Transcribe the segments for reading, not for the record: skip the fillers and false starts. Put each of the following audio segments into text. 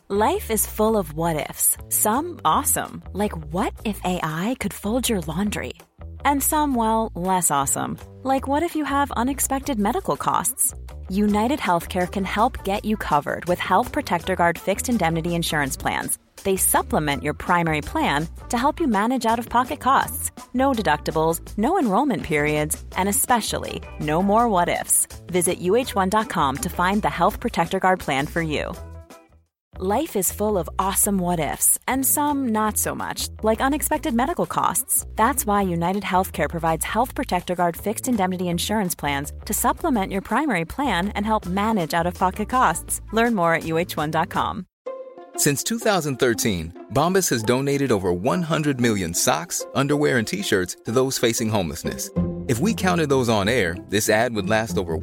Life is full of what-ifs. Some awesome, like what if AI could fold your laundry? And some, well, less awesome, like what if you have unexpected medical costs? United Healthcare can help get you covered with Health Protector Guard fixed indemnity insurance plans. They supplement your primary plan to help you manage out-of-pocket costs. No deductibles, no enrollment periods, and especially no more what-ifs. Visit uh1.com to find the Health Protector Guard plan for you. Life is full of awesome what-ifs, and some not so much, like unexpected medical costs. That's why United Healthcare provides Health Protector Guard fixed indemnity insurance plans to supplement your primary plan and help manage out-of-pocket costs. Learn more at uh1.com. Since 2013, Bombas has donated over 100 million socks, underwear, and T-shirts to those facing homelessness. If we counted those on air, this ad would last over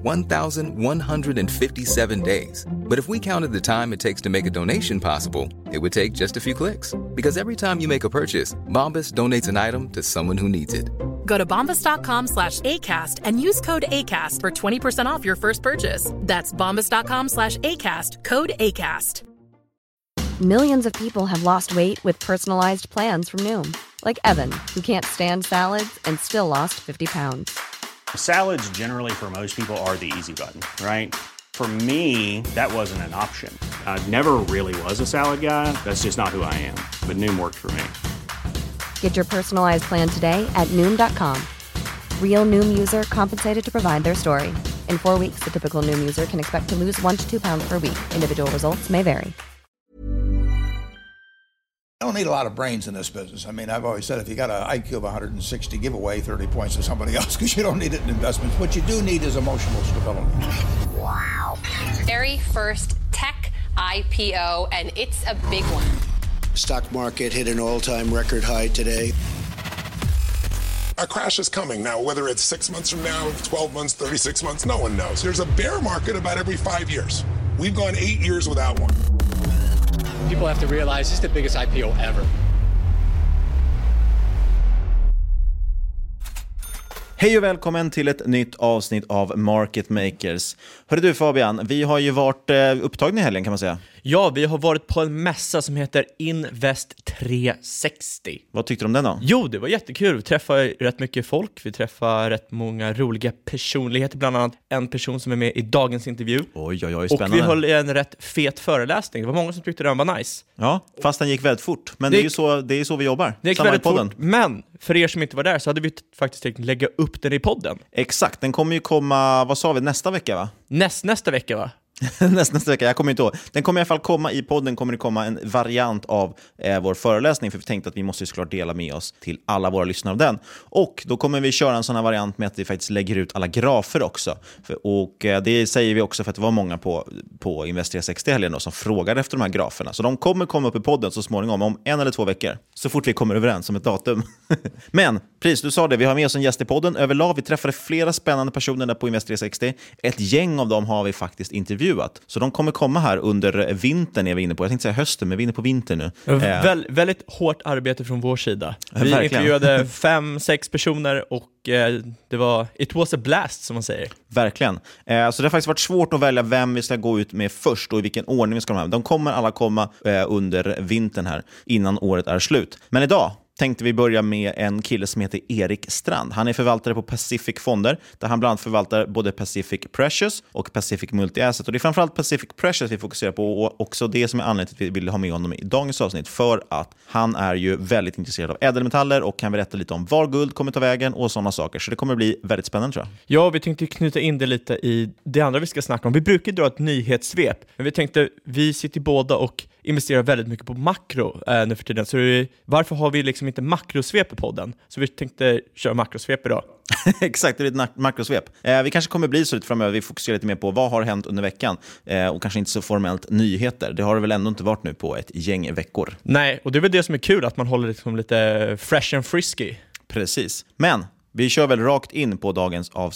1,157 days. But if we counted the time it takes to make a donation possible, it would take just a few clicks. Because every time you make a purchase, Bombas donates an item to someone who needs it. Go to bombas.com/ACAST and use code ACAST for 20% off your first purchase. That's bombas.com/ACAST, code ACAST. Millions of people have lost weight with personalized plans from Noom. Like Evan, who can't stand salads and still lost 50 pounds. Salads generally for most people are the easy button, right? For me, that wasn't an option. I never really was a salad guy. That's just not who I am. But Noom worked for me. Get your personalized plan today at Noom.com. Real Noom user compensated to provide their story. In 4 weeks, the typical Noom user can expect to lose 1 to 2 pounds per week. Individual results may vary. I don't need a lot of brains in this business. I mean, I've always said if you got an IQ of 160, give away 30 points to somebody else because you don't need it in investments. What you do need is emotional stability. Wow. Very first tech IPO, and it's a big one. Stock market hit an all-time record high today. A crash is coming. Now, whether it's 6 months from now, 12 months, 36 months, no one knows. There's a bear market about every 5 years. We've gone 8 years without one. People have to realize this is the biggest IPO ever. Hej och välkommen till ett nytt avsnitt av Market Makers. Hörru du Fabian, vi har ju varit upptagna i helgen kan man säga. Ja, vi har varit på en mässa som heter Invest 360. Vad tyckte du om den då? Jo, det var jättekul. Vi träffade rätt mycket folk. Vi träffade rätt många roliga personligheter. Bland annat en person som är med i dagens intervju. Oj, spännande. Och vi höll en rätt fet föreläsning. Det var många som tyckte den var nice. Ja, fast den gick väldigt fort. Men det är ju så vi jobbar. Det gick väldigt fort, men för er som inte var där så hade vi faktiskt tänkt lägga upp den i podden. Exakt, den kommer ju komma, vad sa vi, nästa vecka va? Nästa vecka va? nästa vecka, jag kommer inte ihåg. Den kommer i alla fall komma i podden, kommer det komma en variant av vår föreläsning, för vi tänkte att vi måste ju såklart dela med oss till alla våra lyssnare av den. Och då kommer vi köra en sån här variant med att vi faktiskt lägger ut alla grafer också. Och det säger vi också för att det var många på Invest 360 helgen då, som frågade efter de här graferna. Så de kommer komma upp i podden så småningom om 1 eller 2 veckor. Så fort vi kommer överens om ett datum. Men, precis, du sa det, vi har med oss en gäst i podden. Överlag, vi träffade flera spännande personer där på Invest 360. Ett gäng av dem har vi faktiskt intervjuat. Så de kommer komma här under vintern är vi inne på. Jag tänkte säga hösten, men vi är inne på vintern nu. Väldigt hårt arbete från vår sida. Vi Verkligen. intervjuade 5-6 personer och det var it was a blast som man säger. Verkligen. Så det har faktiskt varit svårt att välja vem vi ska gå ut med först och i vilken ordning vi ska ha. De kommer alla komma under vintern här innan året är slut. Men idag tänkte vi börja med en kille som heter Erik Strand. Han är förvaltare på Pacific Fonder, där han bland annat förvaltar både Pacific Precious och Pacific Multi-Asset. Och det är framförallt Pacific Precious vi fokuserar på, och också det som är anledningen till att vi vill ha med honom i dagens avsnitt, för att han är ju väldigt intresserad av ädelmetaller och kan berätta lite om var guld kommer ta vägen och sådana saker. Så det kommer bli väldigt spännande, tror jag. Ja, vi tänkte knyta in det lite i det andra vi ska snacka om. Vi brukar dra ett nyhetssvep, men vi tänkte, vi sitter båda och investerar väldigt mycket på makro nu för tiden. Så varför har vi liksom inte makrosvep i podden? Så vi tänkte köra makrosvep idag. Exakt, det är ett makrosvep. Vi kanske kommer bli så lite framöver. Vi fokuserar lite mer på vad har hänt under veckan och kanske inte så formellt nyheter. Det har det väl ändå inte varit nu på ett gäng veckor. Nej, och det är väl det som är kul, att man håller liksom lite fresh and frisky. Precis, men vi kör väl rakt in på dagens avsnitt.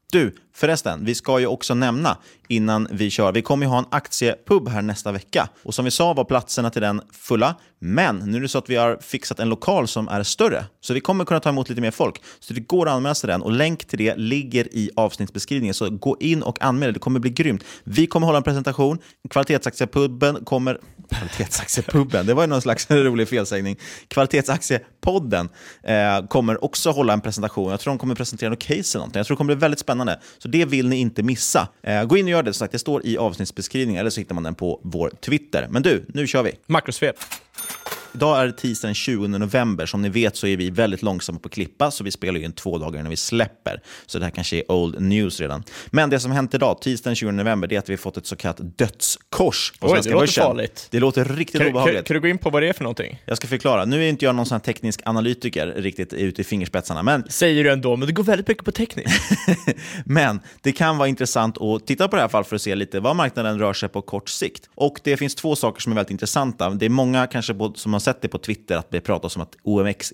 Du, förresten, vi ska ju också nämna innan vi kör. Vi kommer ju ha en aktiepub här nästa vecka. Och som vi sa var platserna till den fulla. Men nu är det så att vi har fixat en lokal som är större. Så vi kommer kunna ta emot lite mer folk. Så det går att anmäla sig till den. Och länk till det ligger i avsnittsbeskrivningen. Så gå in och anmäl. Det kommer bli grymt. Vi kommer hålla en presentation. Kvalitetsaktiepubben kommer... Kvalitetsaktiepubben, det var ju någon slags rolig felsägning. Kvalitetsaktiepodden kommer också hålla en presentation. Jag tror de kommer presentera något case eller någonting. Jag tror det kommer bli väldigt spännande. Så det vill ni inte missa. Gå in och gör det. Så sagt, det står i avsnittsbeskrivningen. Eller så hittar man den på vår Twitter. Men du, nu kör vi. Makrosvep. Idag är det tisdag den 20 november. Som ni vet så är vi väldigt långsamma på att klippa. Så vi spelar ju in 2 dagar när vi släpper. Så det här kanske är old news redan. Men det som hänt idag, tisdag den 20 november, det är att vi har fått ett så kallat dödskors på svenska börsen. Det låter farligt. Det låter riktigt obehagligt. Kan du gå in på vad det är för någonting? Jag ska förklara. Nu är inte jag någon sån här teknisk analytiker riktigt ute i fingerspetsarna. Men... Säger du ändå, men det går väldigt mycket på teknik. Men det kan vara intressant att titta på det här fall för att se lite vad marknaden rör sig på kort sikt. Och det finns 2 saker som är väldigt intressanta. Det är många kanske som har sett det på Twitter att det pratas om att OMX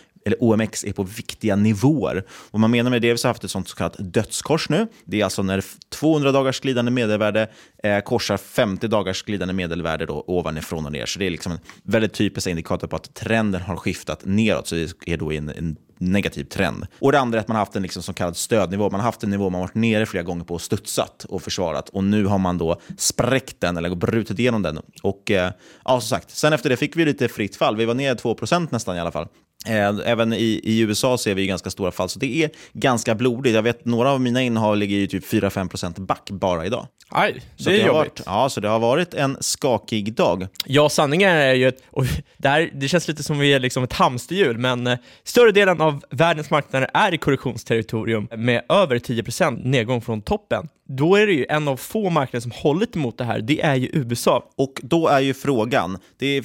är på viktiga nivåer. Och man menar med det är att vi har haft ett sånt så kallat dödskors nu. Det är alltså när 200 dagars glidande medelvärde korsar 50 dagars glidande medelvärde då ovanifrån och ner. Så det är liksom en väldigt typisk indikator på att trenden har skiftat neråt. Så det är då en negativ trend. Och det andra är att man har haft en liksom så kallad stödnivå. Man har haft en nivå man har varit nere flera gånger på och studsat och försvarat. Och nu har man då spräckt den eller brutit igenom den. Och ja, som sagt, sen efter det fick vi lite fritt fall. Vi var ner 2% nästan i alla fall. Även i USA ser vi ganska stora fall, så det är ganska blodigt. Jag vet några av mina innehav ligger ju typ 4-5% back bara idag. Aj, så det är jobbigt. Så det har varit en skakig dag. Ja, sanningen är ju det känns lite som vi är liksom ett hamsterhjul, men större delen av världens marknader är i korrektionsterritorium med över 10% nedgång från toppen. Då är det ju en av få marknader som hållit emot det här. Det är ju USA. Och då är ju frågan,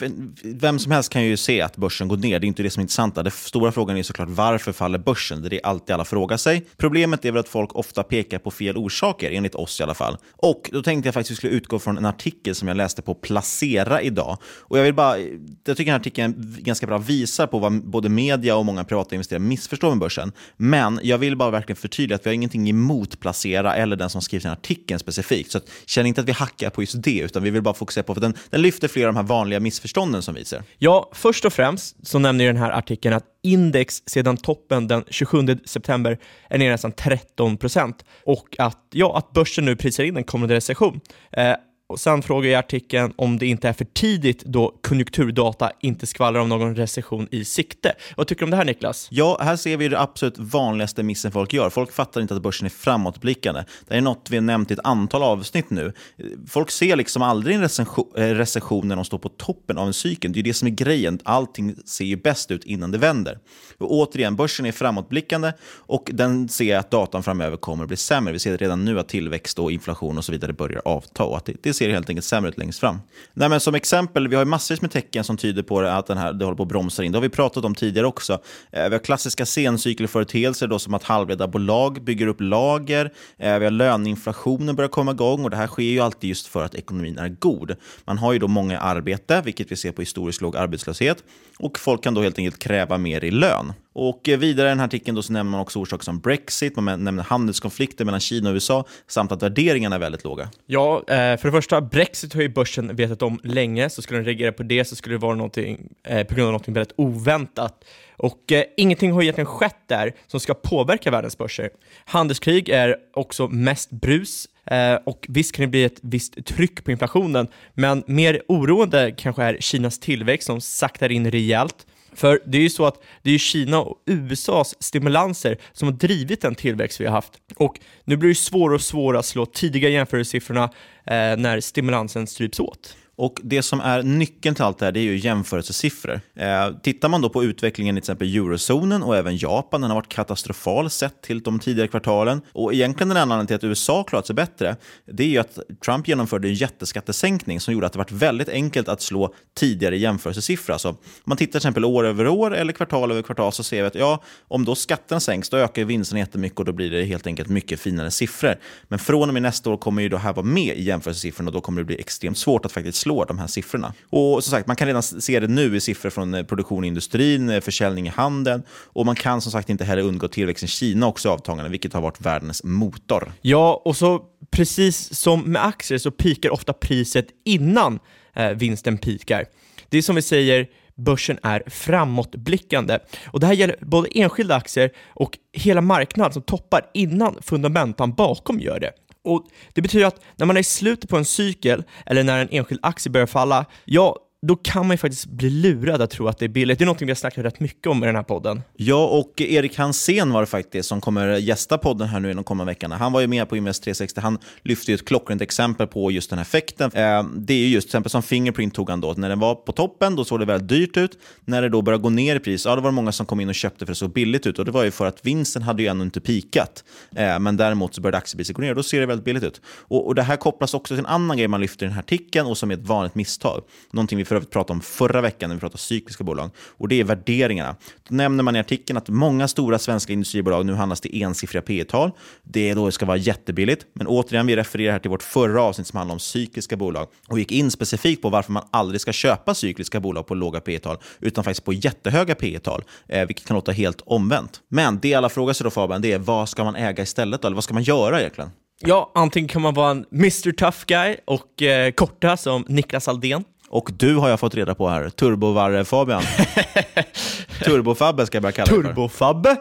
vem som helst kan ju se att börsen går ner. Det är inte det som är intressant. Den stora frågan är såklart varför faller börsen? Det är alltid alla frågar sig. Problemet är väl att folk ofta pekar på fel orsaker, enligt oss i alla fall. Och då tänkte jag faktiskt att vi skulle utgå från en artikel som jag läste på Placera idag. Och jag tycker den här artikeln ganska bra visar på vad både media och många privata investerare missförstår med börsen. Men jag vill bara verkligen förtydliga att vi har ingenting emot Placera eller den som skrivit den artikeln specifikt. Så känn inte att vi hackar på just det, utan vi vill bara fokusera på, för den lyfter flera av de här vanliga missförstånden som vi ser. Ja, först och främst så nämner den här artikeln att index sedan toppen den 27 september är ner nästan 13% och att börsen nu prisar in en kommande recession. Och sen frågar jag i artikeln om det inte är för tidigt då konjunkturdata inte skvallrar om någon recession i sikte. Vad tycker du om det här, Niklas? Ja, här ser vi det absolut vanligaste missen folk gör. Folk fattar inte att börsen är framåtblickande. Det är något vi har nämnt i ett antal avsnitt nu. Folk ser liksom aldrig en recession när de står på toppen av en cykel. Det är det som är grejen. Allting ser ju bäst ut innan det vänder. Och återigen, börsen är framåtblickande och den ser att datan framöver kommer att bli sämre. Vi ser redan nu att tillväxt och inflation och så vidare börjar avta och att det ser helt enkelt sämre ut längst fram. Nej, men som exempel, vi har ju massor med tecken som tyder på att det håller på att bromsa in. Det har vi pratat om tidigare också. Vi har klassiska sencykelföreteelser då, som att halvledarbolag bygger upp lager. Vi har löneinflationen börjar komma igång och det här sker ju alltid just för att ekonomin är god. Man har ju då många arbete, vilket vi ser på historiskt låg arbetslöshet, och folk kan då helt enkelt kräva mer i lön. Och vidare i den här artikeln då så nämner man också orsaker som Brexit, man nämner handelskonflikter mellan Kina och USA samt att värderingarna är väldigt låga. Ja, för det första, Brexit har ju börsen vetat om länge, så skulle den reagera på det så skulle det vara någonting, på grund av något väldigt oväntat. Och ingenting har egentligen skett där som ska påverka världens börser. Handelskrig är också mest brus. Och visst kan det bli ett visst tryck på inflationen, men mer oroande kanske är Kinas tillväxt som saktar in rejält. För det är ju så att det är Kina och USAs stimulanser som har drivit den tillväxt vi har haft. Och nu blir det svårare och svårare att slå tidiga jämförelsesiffrorna när stimulansen stryps åt. Och det som är nyckeln till allt det här, det är ju jämförelsesiffror. Tittar man då på utvecklingen i till exempel eurozonen och även Japan, den har varit katastrofal sett till de tidigare kvartalen. Och egentligen den anledningen till att USA klarat sig bättre, det är ju att Trump genomförde en jätteskattesänkning som gjorde att det varit väldigt enkelt att slå tidigare jämförelsesiffror. Så om man tittar till exempel år över år eller kvartal över kvartal så ser vi att om då skatten sänks, då ökar vinsten jättemycket och då blir det helt enkelt mycket finare siffror. Men från och med nästa år kommer ju då här vara med i jämförelsesiffrorna och då kommer det bli extremt svårt att faktiskt slår de här siffrorna. Och som sagt, man kan redan se det nu i siffror från produktion i industrin, försäljning i handeln, och man kan som sagt inte heller undgå tillväxten i Kina också avtagande, vilket har varit världens motor. Ja, och så precis som med aktier så pikar ofta priset innan vinsten pikar. Det är som vi säger, börsen är framåtblickande. Och det här gäller både enskilda aktier och hela marknaden som toppar innan fundamentan bakom gör det. Och det betyder att när man är i slutet på en cykel eller när en enskild aktie börjar falla, ja, då kan man ju faktiskt bli lurad att tro att det är billigt. Det är någonting vi har snackat rätt mycket om i den här podden. Ja, och Erik Hansén var det faktiskt som kommer gästa podden här nu i de kommande veckorna. Han var ju med på Invest 360. Han lyfte ju ett klockrent exempel på just den här effekten. Det är ju just till exempel som Fingerprint tog han då. När den var på toppen, då såg det väldigt dyrt ut. När det då började gå ner i pris, ja, då var det många som kom in och köpte för det så billigt ut. Och det var ju för att vinsten hade ju ännu inte pikat. Men däremot så började aktiepriset gå ner och då ser det väldigt billigt ut. Och det här kopplas också till en annan grej man lyfter i den här artikeln och som är ett vanligt misstag. Någonting vi för övrigt pratade om förra veckan när vi pratade cykliska bolag. Och det är värderingarna. Då nämner man i artikeln att många stora svenska industribolag nu handlas till ensiffriga P-tal. Det då ska vara jättebilligt. Men återigen, vi refererar här till vårt förra avsnitt som handlar om cykliska bolag. Och gick in specifikt på varför man aldrig ska köpa cykliska bolag på låga P-tal utan faktiskt på jättehöga P-tal. Vilket kan låta helt omvänt. Men det alla frågar sig då, Fabian, det är vad ska man äga istället då? Eller vad ska man göra egentligen? Ja, antingen kan man vara en Mr. Tough Guy och korta som Niklas Aldén. Och du har jag fått reda på här, Turbovarre Fabian. Turbofabbe ska jag bara kalla det för. Turbofabbe?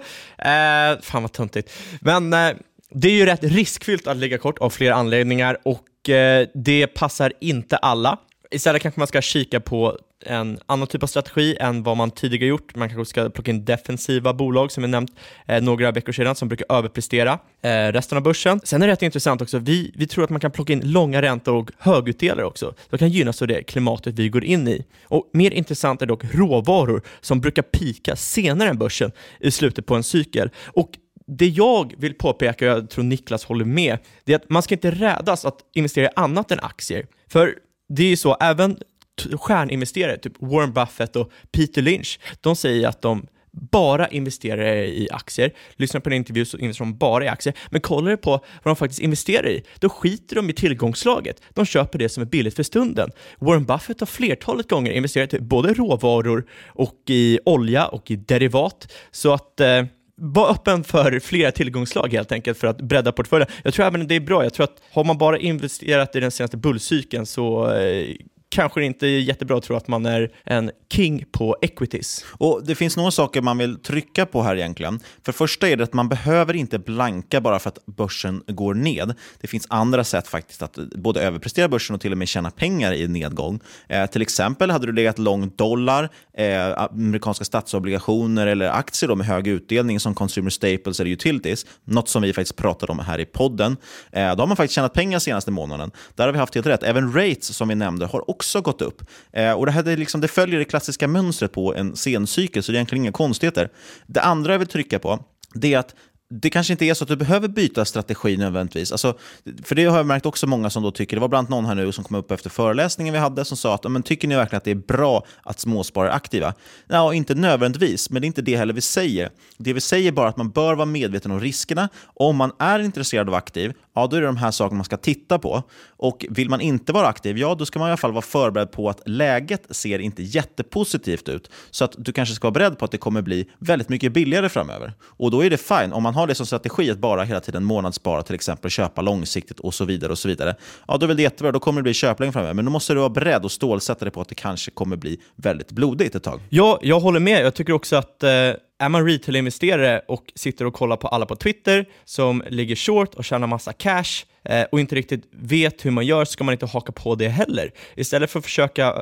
Fan vad töntigt. Men det är ju rätt riskfyllt att ligga kort av flera anledningar och det passar inte alla. Istället kanske man ska kika på en annan typ av strategi än vad man tidigare gjort. Man kanske ska plocka in defensiva bolag som jag nämnt några veckor sedan som brukar överprestera resten av börsen. Sen är det rätt intressant också, vi tror att man kan plocka in långa räntor och högutdelare också. Det kan gynnas av det klimatet vi går in i. Och mer intressant är dock råvaror som brukar pika senare än börsen i slutet på en cykel. Och det jag vill påpeka, och jag tror Niklas håller med, det är att man ska inte rädas att investera i annat än aktier. För det är ju så, även stjärninvesterare, typ Warren Buffett och Peter Lynch, de säger att de bara investerar i aktier. Lyssnar på en intervju så investerar de bara i aktier. Men kollar på vad de faktiskt investerar i, då skiter de i tillgångslaget. De köper det som är billigt för stunden. Warren Buffett har flertalet gånger investerat i både råvaror och i olja och i derivat. Så att var öppen för flera tillgångslag helt enkelt för att bredda portföljen. Jag tror även det är bra. Jag tror att har man bara investerat i den senaste bullcykeln så kanske det inte är jättebra att tro att man är en king på equities. Och det finns några saker man vill trycka på här egentligen. För första är det att man behöver inte blanka bara för att börsen går ned. Det finns andra sätt faktiskt att både överprestera börsen och till och med tjäna pengar i nedgång. Till exempel hade du legat lång dollar, amerikanska statsobligationer eller aktier då med hög utdelning som consumer staples eller utilities. Något som vi faktiskt pratade om här i podden. Då har man faktiskt tjänat pengar senaste månaden. Där har vi haft helt rätt. Även rates som vi nämnde har också gått upp. Och det här det följer det klassiska mönstret på en sencykel, så det är egentligen inga konstigheter. Det andra jag vill trycka på, det är att det kanske inte är så att du behöver byta strategi nödvändigtvis. Alltså, för det har jag märkt också många som då tycker, det var bland annat någon här nu som kom upp efter föreläsningen vi hade som sa att men tycker ni verkligen att det är bra att småsparare är aktiva? Ja, inte nödvändigtvis, men det är inte det heller vi säger. Det vi säger bara att man bör vara medveten om riskerna. Om man är intresserad av aktiv, ja då är det de här sakerna man ska titta på. Och vill man inte vara aktiv, ja då ska man i alla fall vara förberedd på att läget ser inte jättepositivt ut. Så att du kanske ska vara beredd på att det kommer bli väldigt mycket billigare framöver. Och då är det fine. Om man har det som strategi att bara hela tiden månadsspara, till exempel köpa långsiktigt och så vidare och så vidare. Ja, då är det jättebra. Då kommer det bli köplängd framöver. Men då måste du vara beredd och stålsätta dig på att det kanske kommer bli väldigt blodigt ett tag. Ja, jag håller med. Jag tycker också att är man retail-investerare och sitter och kollar på alla på Twitter som ligger short och tjänar massa cash och inte riktigt vet hur man gör, så ska man inte haka på det heller. Istället för att försöka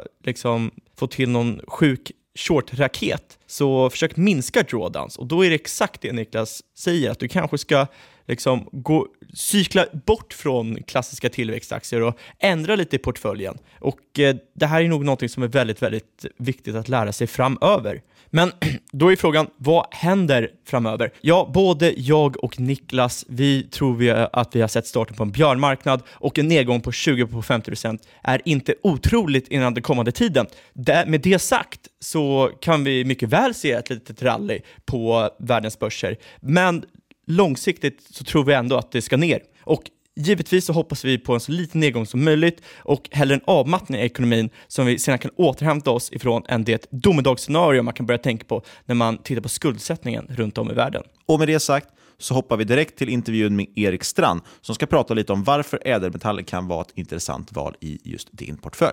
få till någon sjuk short-raket, så försök minska drawdowns. Och då är det exakt det Niklas säger, att du kanske ska cykla bort från klassiska tillväxtaktier och ändra lite i portföljen. Och det här är nog något som är väldigt, väldigt viktigt att lära sig framöver. Men då är frågan, vad händer framöver? Ja, både jag och Niklas, vi tror att vi har sett starten på en björnmarknad, och en nedgång på 20-50% är inte otroligt innan den kommande tiden. Med det sagt så kan vi mycket väl se ett litet rally på världens börser. Men långsiktigt så tror vi ändå att det ska ner. Och Givetvis så hoppas vi på en så liten nedgång som möjligt och hellre en avmattning i ekonomin som vi sedan kan återhämta oss ifrån än det domedagsscenario man kan börja tänka på när man tittar på skuldsättningen runt om i världen. Och med det sagt så hoppar vi direkt till intervjun med Erik Strand som ska prata lite om varför ädelmetaller kan vara ett intressant val i just din portfölj.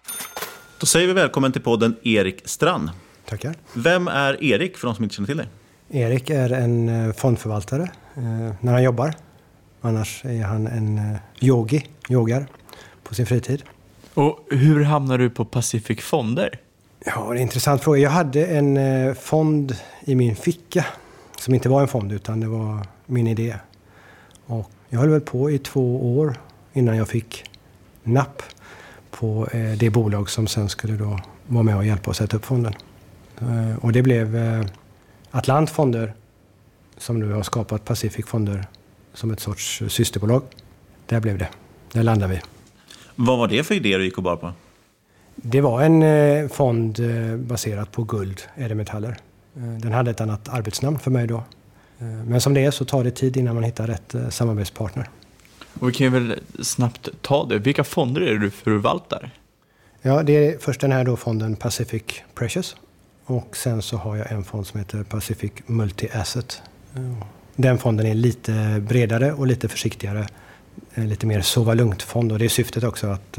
Då säger vi välkommen till podden Erik Strand. Tackar. Vem är Erik för de som inte känner till dig? Erik är en fondförvaltare när han jobbar. Annars är han en yogar på sin fritid. Och hur hamnar du på Pacific Fonder? Ja, det är en intressant fråga. Jag hade en fond i min ficka som inte var en fond utan det var min idé. Och jag höll väl på i 2 år innan jag fick napp på det bolag som sen skulle då vara med och hjälpa att sätta upp fonden. Och det blev Atlant Fonder som nu har skapat Pacific Fonder som ett sorts systerbolag. Där blev det. Där landade vi. Vad var det för idé du gick och bar på? Det var en fond baserad på guld, ädelmetaller. Den hade ett annat arbetsnamn för mig då. Men som det är så tar det tid innan man hittar rätt samarbetspartner. Och vi kan väl snabbt ta det. Vilka fonder är det du förvaltar? Ja, det är först den här då fonden Pacific Precious. Och sen så har jag en fond som heter Pacific Multi-Asset. Den fonden är lite bredare och lite försiktigare. Lite mer sova lugnt-fond. Och det är syftet också att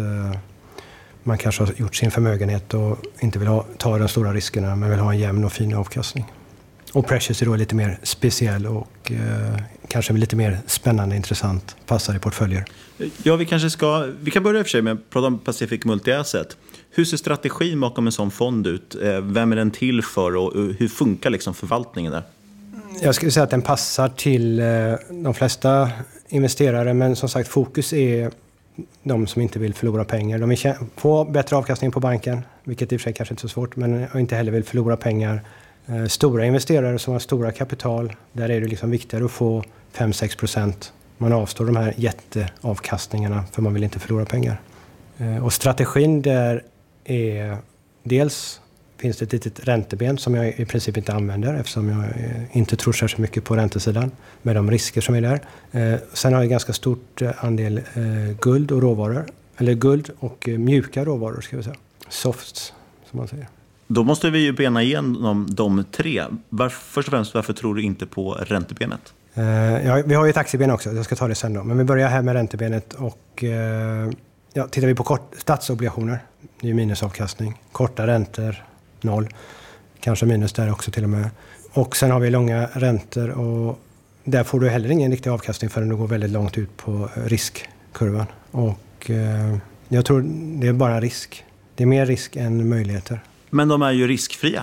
man kanske har gjort sin förmögenhet och inte vill ta de stora riskerna men vill ha en jämn och fin avkastning. Och Precious är då lite mer speciell och kanske lite mer spännande, intressant, passar i portföljer. Ja, vi kan börja i och för sig med att prata om Pacific Multi-Asset. Hur ser strategin bakom en sån fond ut? Vem är den till för och hur funkar liksom förvaltningen där? Jag skulle säga att den passar till de flesta investerare, men som sagt fokus är de som inte vill förlora pengar. De vill få bättre avkastning på banken, vilket i och för sig kanske inte är så svårt, men inte heller vill förlora pengar. Stora investerare som har stora kapital, där är det liksom viktigare att få 5-6%. Man avstår de här jätteavkastningarna för man vill inte förlora pengar. Och strategin där är dels finns det ett litet ränteben som jag i princip inte använder eftersom jag inte tror särskilt mycket på räntesidan med de risker som är där. Sen har jag ganska stort andel guld och råvaror, eller guld och mjuka råvaror ska vi säga. Softs som man säger. Då måste vi ju bena igenom de 3. Först och främst, varför tror du inte på räntebenet? Ja, vi har ju ett aktieben också, jag ska ta det sen då. Men vi börjar här med räntebenet och tittar vi på statsobligationer, det är ju minusavkastning. Korta räntor, 0. Kanske minus där också till och med. Och sen har vi långa räntor och där får du heller ingen riktig avkastning förrän du går väldigt långt ut på riskkurvan. Och jag tror det är bara risk. Det är mer risk än möjligheter. Men de är ju riskfria.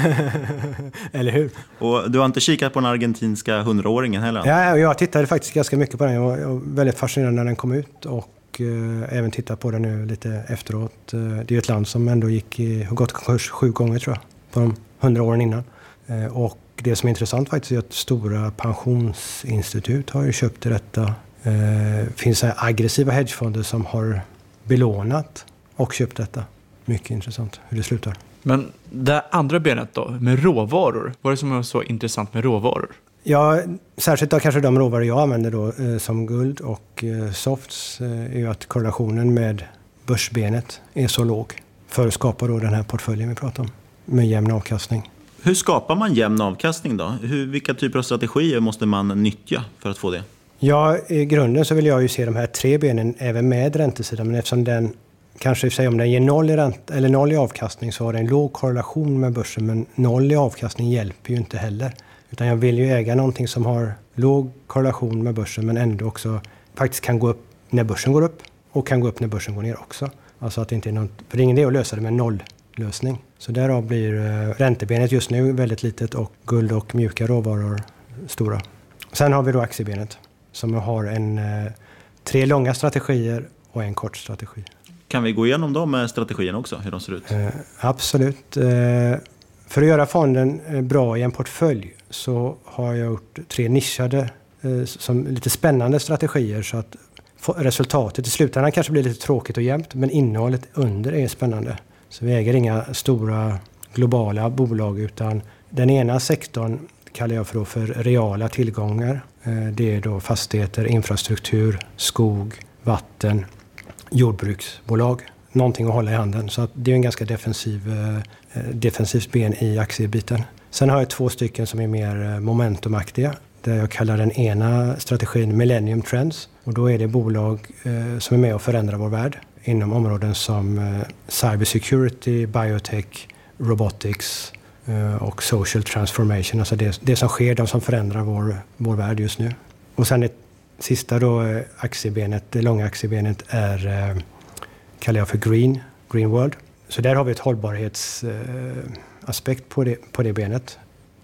Eller hur? Och du har inte kikat på den argentinska 100-åringen heller? Ja, jag tittade faktiskt ganska mycket på den. Jag var väldigt fascinerad när den kom ut och även tittat på den nu lite efteråt. Det är ju ett land som ändå har gått konkurs 7 gånger tror jag, på de 100 åren innan. Och det som är intressant faktiskt är att stora pensionsinstitut har ju köpt detta. Finns det aggressiva hedgefonder som har belånat och köpt detta. Mycket intressant hur det slutar. Men det andra benet då, med råvaror. Vad är det som är så intressant med råvaror? Ja, särskilt då kanske de råvaror jag använder då som guld och softs är ju att korrelationen med börsbenet är så låg. För att skapa då den här portföljen vi pratar om med jämn avkastning. Hur skapar man jämn avkastning då? Vilka typer av strategier måste man nyttja för att få det? Ja, i grunden så vill jag ju se de här 3 benen även med räntesidan. Men eftersom den kanske säga om den ger 0 i ränta eller 0 i avkastning så har den en låg korrelation med börsen. Men 0 i avkastning hjälper ju inte heller. Utan jag vill ju äga någonting som har låg korrelation med börsen men ändå också faktiskt kan gå upp när börsen går upp och kan gå upp när börsen går ner också. Alltså att det inte är något, för det är ingen idé att lösa det med noll-lösning. Så därav blir räntebenet just nu väldigt litet och guld och mjuka råvaror stora. Sen har vi då aktiebenet som har 3 långa strategier och en kort strategi. Kan vi gå igenom de strategierna också, hur de ser ut? Absolut. För att göra fonden bra i en portfölj så har jag gjort 3 nischade, som lite spännande strategier så att resultatet i slutändan kanske blir lite tråkigt och jämnt men innehållet under är spännande. Så vi äger inga stora globala bolag utan den ena sektorn kallar jag för reala tillgångar. Det är då fastigheter, infrastruktur, skog, vatten, jordbruksbolag. Någonting att hålla i handen. Så att det är en ganska defensivt ben i aktiebiten. Sen har jag 2 stycken som är mer momentumaktiga. Där jag kallar den ena strategin Millennium Trends. Och då är det bolag som är med och förändrar vår värld. Inom områden som cybersecurity, biotech, robotics och social transformation. Alltså det som sker, de som förändrar vår värld just nu. Och sen det sista då, aktiebenet, det långa aktiebenet är, kallar jag för Green World. Så där har vi ett hållbarhetsaspekt på det benet.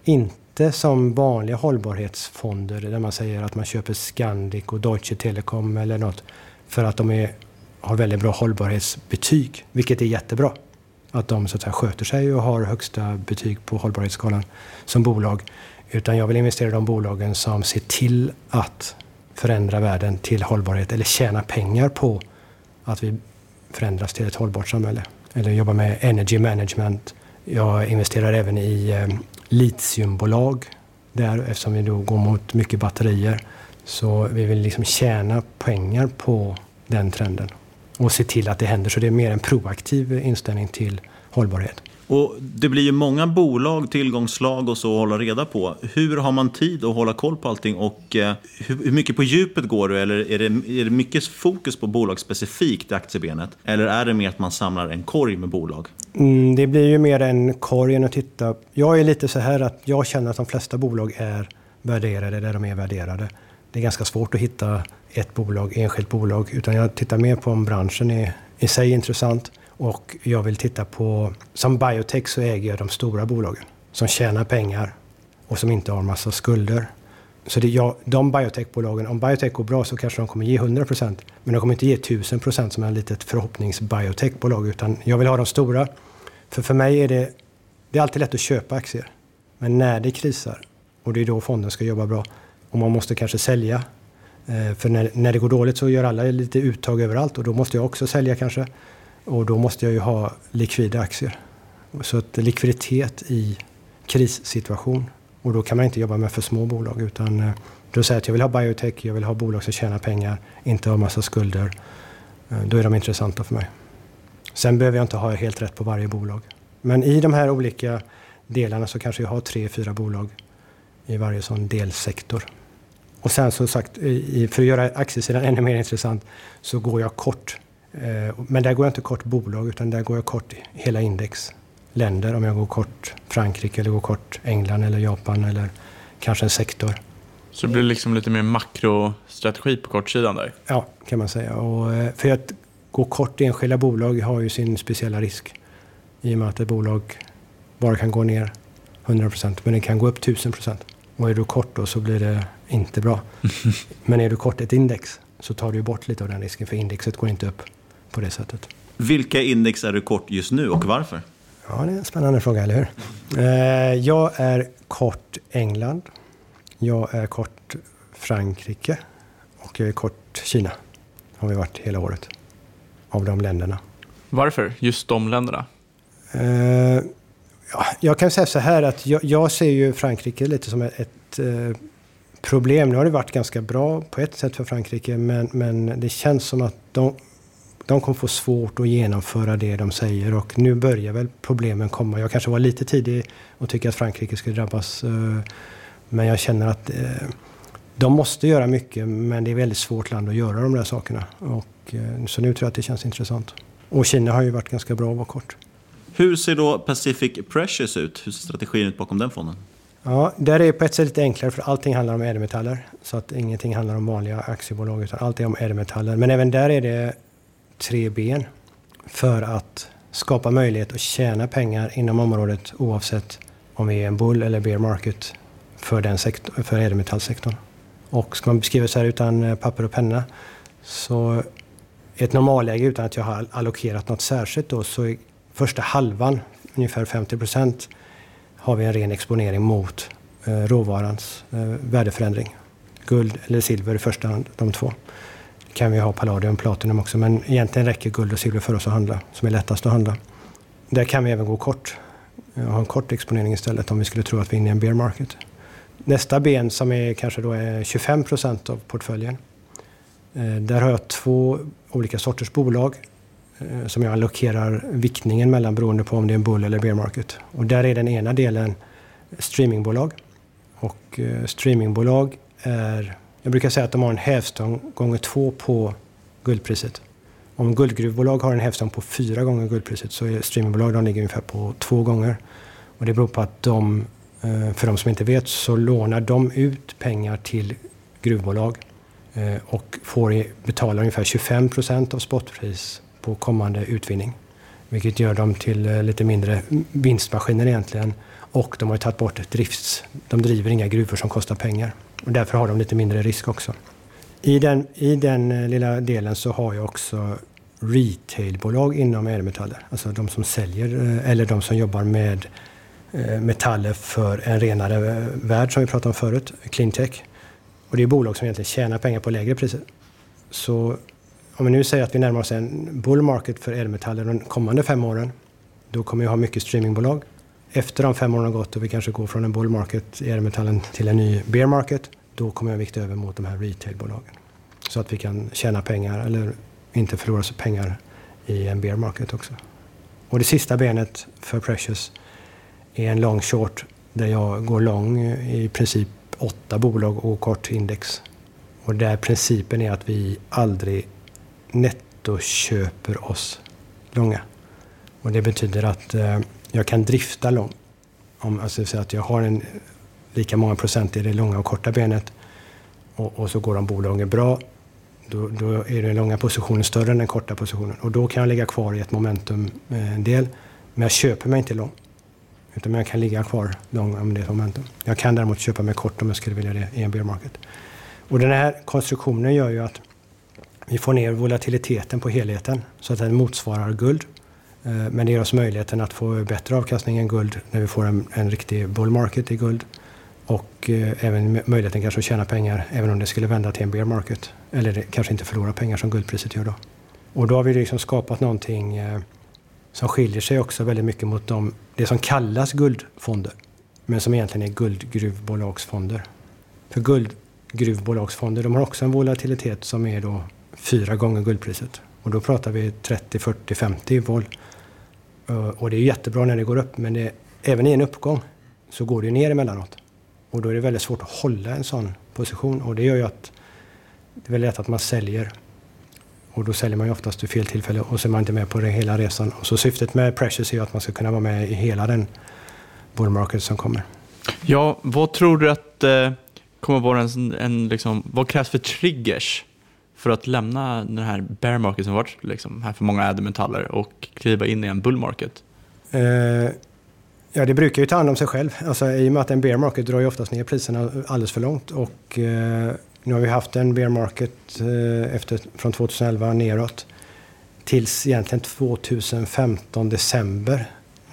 Inte som vanliga hållbarhetsfonder där man säger att man köper Scandic och Deutsche Telekom eller något för att de har väldigt bra hållbarhetsbetyg, vilket är jättebra. Att de så att säga sköter sig och har högsta betyg på hållbarhetsskalan som bolag. Utan jag vill investera i de bolagen som ser till att förändra världen till hållbarhet eller tjäna pengar på att vi förändras till ett hållbart samhälle. Eller jobba med energy management. Jag investerar även i litiumbolag där, eftersom vi då går mot mycket batterier. Så vi vill liksom tjäna pengar på den trenden och se till att det händer. Så det är mer en proaktiv inställning till hållbarhet. Och det blir ju många bolag, tillgångslag och så att hålla reda på. Hur har man tid att hålla koll på allting och hur mycket på djupet går du? Eller är det mycket fokus på bolag specifikt i aktiebenet? Eller är det mer att man samlar en korg med bolag? Det blir ju mer en korg än att titta. Jag är lite så här att jag känner att de flesta bolag är värderade där de är värderade. Det är ganska svårt att hitta ett bolag, enskilt bolag, utan jag tittar mer på om branschen är i sig intressant. Och jag vill titta på, som biotech så äger jag de stora bolagen som tjänar pengar och som inte har massa skulder. Så de biotechbolagen, om biotech går bra så kanske de kommer ge 100%, men de kommer inte ge 1000% som är ett litet förhoppningsbiotechbolag, utan jag vill ha de stora. För mig är det är alltid lätt att köpa aktier, men när det krisar, och det är då fonden ska jobba bra, och man måste kanske sälja, för när det går dåligt så gör alla lite uttag överallt och då måste jag också sälja kanske. Och då måste jag ju ha likvida aktier. Så att likviditet i krissituation. Och då kan man inte jobba med för små bolag. Utan då säger jag att jag vill ha biotech, jag vill ha bolag som tjänar pengar, inte ha massa skulder. Då är de intressanta för mig. Sen behöver jag inte ha helt rätt på varje bolag. Men i de här olika delarna så kanske jag har 3-4 bolag i varje sån delsektor. Och sen så sagt, för att göra aktiesidan ännu mer intressant så går jag kort. Men där går jag inte kort bolag, utan där går jag kort hela index. Länder, om jag går kort Frankrike eller går kort England eller Japan eller kanske en sektor. Så det blir liksom lite mer makrostrategi på kortsidan där? Ja, kan man säga. Och för att gå kort enskilda bolag har ju sin speciella risk. I och med att ett bolag bara kan gå ner 100%, men det kan gå upp 1000%. Och är du kort då så blir det inte bra. Men är du kort ett index så tar du bort lite av den risken, för indexet går inte upp på det sättet. Vilka index är du kort just nu och varför? Ja, det är en spännande fråga, eller hur? Jag är kort England. Jag är kort Frankrike. Och jag är kort Kina. Har vi varit hela året. Av de länderna. Varför just de länderna? Jag kan säga så här att jag ser ju Frankrike lite som ett problem. Nu har det varit ganska bra på ett sätt för Frankrike, men det känns som att de kommer få svårt att genomföra det de säger, och nu börjar väl problemen komma. Jag kanske var lite tidig och tycker att Frankrike skulle drabbas, men jag känner att de måste göra mycket, men det är väldigt svårt land att göra de där sakerna. Och, så nu tror jag att det känns intressant. Och Kina har ju varit ganska bra att vara kort. Hur ser då Pacific Precious ut? Hur ser strategin ut bakom den fonden? Ja, där är på ett sätt lite enklare, för allting handlar om ädelmetaller. Så att ingenting handlar om vanliga aktiebolag, utan allt är om ädelmetaller. Men även där är det 3 ben för att skapa möjlighet att tjäna pengar inom området, oavsett om vi är en bull eller bear market för ädelmetallsektorn. Och ska man beskriva så här utan papper och penna, så ett normalläge utan att jag har allokerat något särskilt då, så är första halvan, ungefär 50%, har vi en ren exponering mot råvarans värdeförändring. Guld eller silver i första hand, de 2. Kan vi ha palladium, platinum också, men egentligen räcker guld och silver för oss att handla, som är lättast att handla. Där kan vi även gå kort. Ha en kort exponering istället om vi skulle tro att vi är inne i en bear market. Nästa ben som är kanske då är 25% av portföljen. Där har jag 2 olika sorters bolag som jag allokerar viktningen mellan beroende på om det är en bull eller bear market. Och där är den ena delen streamingbolag. Och streamingbolag är, jag brukar säga att de har en hävstång gånger 2 på guldpriset. Om guldgruvbolag har en hävstång på 4 gånger guldpriset så är streamingbolag, de ligger ungefär på 2 gånger. Och det beror på att de, för de som inte vet, så lånar de ut pengar till gruvbolag och betalar ungefär 25% av spotpris på kommande utvinning. Vilket gör dem till lite mindre vinstmaskiner egentligen. Och de har tagit bort de driver inga gruvor som kostar pengar. Och därför har de lite mindre risk också. I den lilla delen så har jag också retailbolag inom ädelmetaller. Alltså de som säljer eller de som jobbar med metaller för en renare värld som vi pratade om förut, cleantech. Och det är bolag som egentligen tjänar pengar på lägre priser. Så om vi nu säger att vi närmar oss en bull market för ädelmetaller de kommande 5 åren, då kommer vi ha mycket streamingbolag. Efter de 5 åren har gått och vi kanske går från en bull market i ädelmetallen till en ny bear market, då kommer jag vikta över mot de här retailbolagen. Så att vi kan tjäna pengar eller inte förlora så pengar i en bear market också. Och det sista benet för Precious är en long short där jag går lång i princip 8 bolag och kort index. Och där principen är att vi aldrig nettoköper oss långa. Och det betyder att jag kan drifta lång. Alltså så att jag har lika många procent i det långa och korta benet och så går de bolagen bra. Då är den långa positionen större än den korta positionen. Och då kan jag ligga kvar i ett momentum-del. Men jag köper mig inte lång. Utan jag kan ligga kvar lång om det är momentum. Jag kan däremot köpa mig kort om jag skulle vilja det i en bear market. Och den här konstruktionen gör ju att vi får ner volatiliteten på helheten så att den motsvarar guld. Men det ger oss möjligheten att få bättre avkastning än guld när vi får en riktig bull market i guld. Och även möjligheten kanske att tjäna pengar även om det skulle vända till en bear market. Eller kanske inte förlora pengar som guldpriset gör då. Och då har vi liksom skapat någonting som skiljer sig också väldigt mycket mot det som kallas guldfonder. Men som egentligen är guldgruvbolagsfonder. För guldgruvbolagsfonder, de har också en volatilitet som är då 4 gånger guldpriset. Och då pratar vi 30, 40, 50 vol. Och det är jättebra när det går upp, men även i en uppgång så går det ner emellanåt. Och då är det väldigt svårt att hålla en sån position. Och det gör ju att det är väldigt lätt att man säljer. Och då säljer man ju oftast vid fel tillfälle och så är man inte med på det hela resan. Och så syftet med Precious är ju att man ska kunna vara med i hela den bull market som kommer. Ja, vad tror du att kommer vara vad krävs för triggers för att lämna den här bear market som varit liksom, här för många ädelmetaller och kliva in i en bull market? Ja, det brukar ju ta hand om sig själv. Alltså, i och med att en bear market drar ju oftast ner priserna alldeles för långt. Och nu har vi haft en bear market från 2011 neråt tills egentligen 2015 december.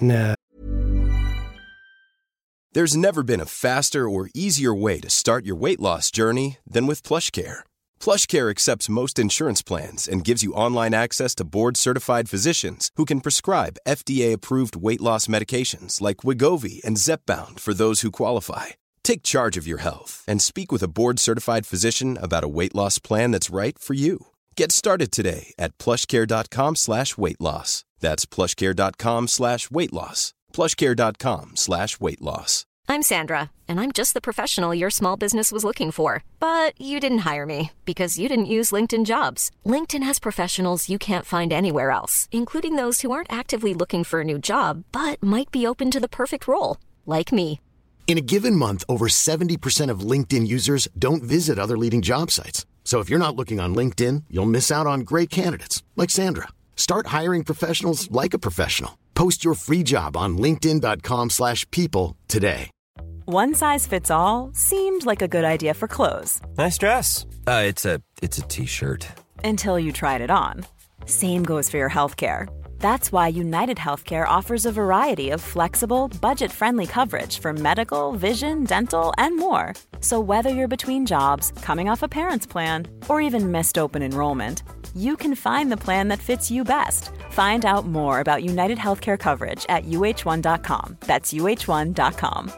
There's never been a faster or easier way to start your weight loss journey than with PlushCare. PlushCare accepts most insurance plans and gives you online access to board-certified physicians who can prescribe FDA-approved weight loss medications like Wegovy and Zepbound for those who qualify. Take charge of your health and speak with a board-certified physician about a weight loss plan that's right for you. Get started today at plushcare.com/weightloss. That's plushcare.com/weightloss. plushcare.com/weightloss. I'm Sandra, and I'm just the professional your small business was looking for. But you didn't hire me because you didn't use LinkedIn Jobs. LinkedIn has professionals you can't find anywhere else, including those who aren't actively looking for a new job, but might be open to the perfect role, like me. In a given month, over 70% of LinkedIn users don't visit other leading job sites. So if you're not looking on LinkedIn, you'll miss out on great candidates, like Sandra. Start hiring professionals like a professional. Post your free job on linkedin.com/people today. One size fits all seemed like a good idea for clothes. Nice dress. It's a t-shirt. Until you tried it on. Same goes for your healthcare. That's why United Healthcare offers a variety of flexible, budget-friendly coverage for medical, vision, dental, and more. So whether you're between jobs, coming off a parent's plan, or even missed open enrollment, you can find the plan that fits you best. Find out more about United Healthcare coverage at uh1.com. That's uh1.com.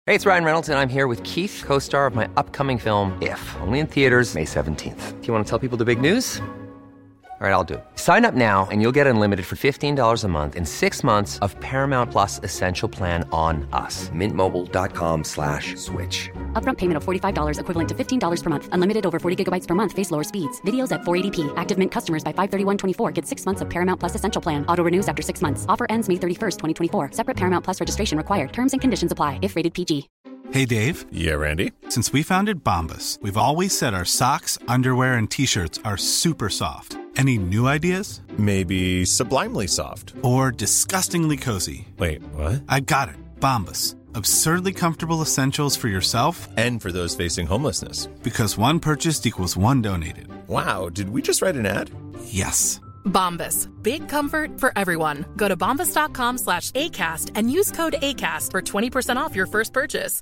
Hey, it's Ryan Reynolds, and I'm here with Keith, co-star of my upcoming film, If, only in theaters May 17th. Do you want to tell people the big news? All right, I'll do it. Sign up now and you'll get unlimited for $15 a month and 6 months of Paramount Plus Essential Plan on us. MintMobile.com/switch. Upfront payment of $45 equivalent to $15 per month. Unlimited over 40 gigabytes per month. Face lower speeds. Videos at 480p. Active Mint customers by 531.24 get 6 months of Paramount Plus Essential Plan. Auto renews after 6 months. Offer ends May 31st, 2024. Separate Paramount Plus registration required. Terms and conditions apply if rated PG. Hey, Dave. Yeah, Randy. Since we founded Bombas, we've always said our socks, underwear, and T-shirts are super soft. Any new ideas? Maybe sublimely soft. Or disgustingly cozy. Wait, what? I got it. Bombas. Absurdly comfortable essentials for yourself and for those facing homelessness. Because one purchased equals one donated. Wow, did we just write an ad? Yes. Bombas. Big comfort for everyone. Go to bombas.com/ACAST and use code ACAST for 20% off your first purchase.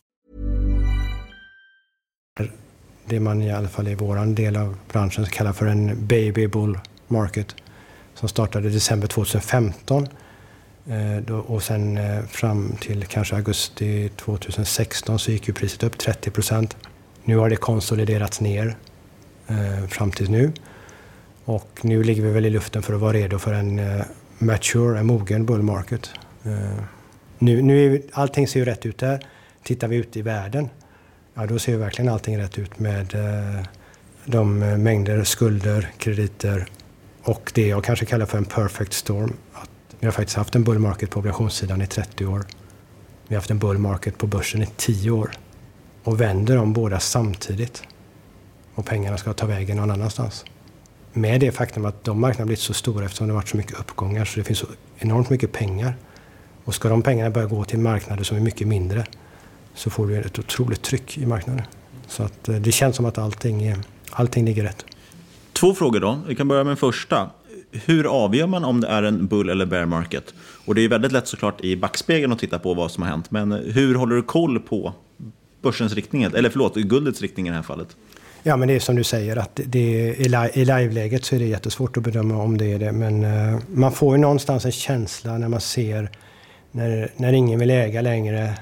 Det man i alla fall i våran del av branschen kallar för en baby bull market som startade i december 2015 och sen fram till kanske augusti 2016 så gick ju priset upp 30%. Nu har det konsoliderats ner fram till nu och nu ligger vi väl i luften för att vara redo för en mature, mogen bull market. Nu allting ser ju rätt ut där. Tittar vi ut i världen, ja, då ser ju verkligen allting rätt ut med de mängder skulder, krediter och det jag kanske kallar för en perfect storm. Att vi har faktiskt haft en bull market på obligationssidan i 30 år. Vi har haft en bull market på börsen i 10 år. Och vänder de båda samtidigt. Och pengarna ska ta vägen någon annanstans. Med det faktum att de marknaderna blivit så stora eftersom det har varit så mycket uppgångar så det finns så enormt mycket pengar. Och ska de pengarna börja gå till marknader som är mycket mindre så får du ett otroligt tryck i marknaden. Så att det känns som att allting ligger rätt. 2 frågor då. Vi kan börja med den första. Hur avgör man om det är en bull eller bear market? Och det är väldigt lätt såklart i backspegeln att titta på vad som har hänt. Men hur håller du koll på börsens riktning? Eller guldets riktning i det här fallet? Ja, men det är som du säger att i live-läget så är det jättesvårt att bedöma om det är det. Men man får ju någonstans en känsla när man ser när ingen vill äga längre.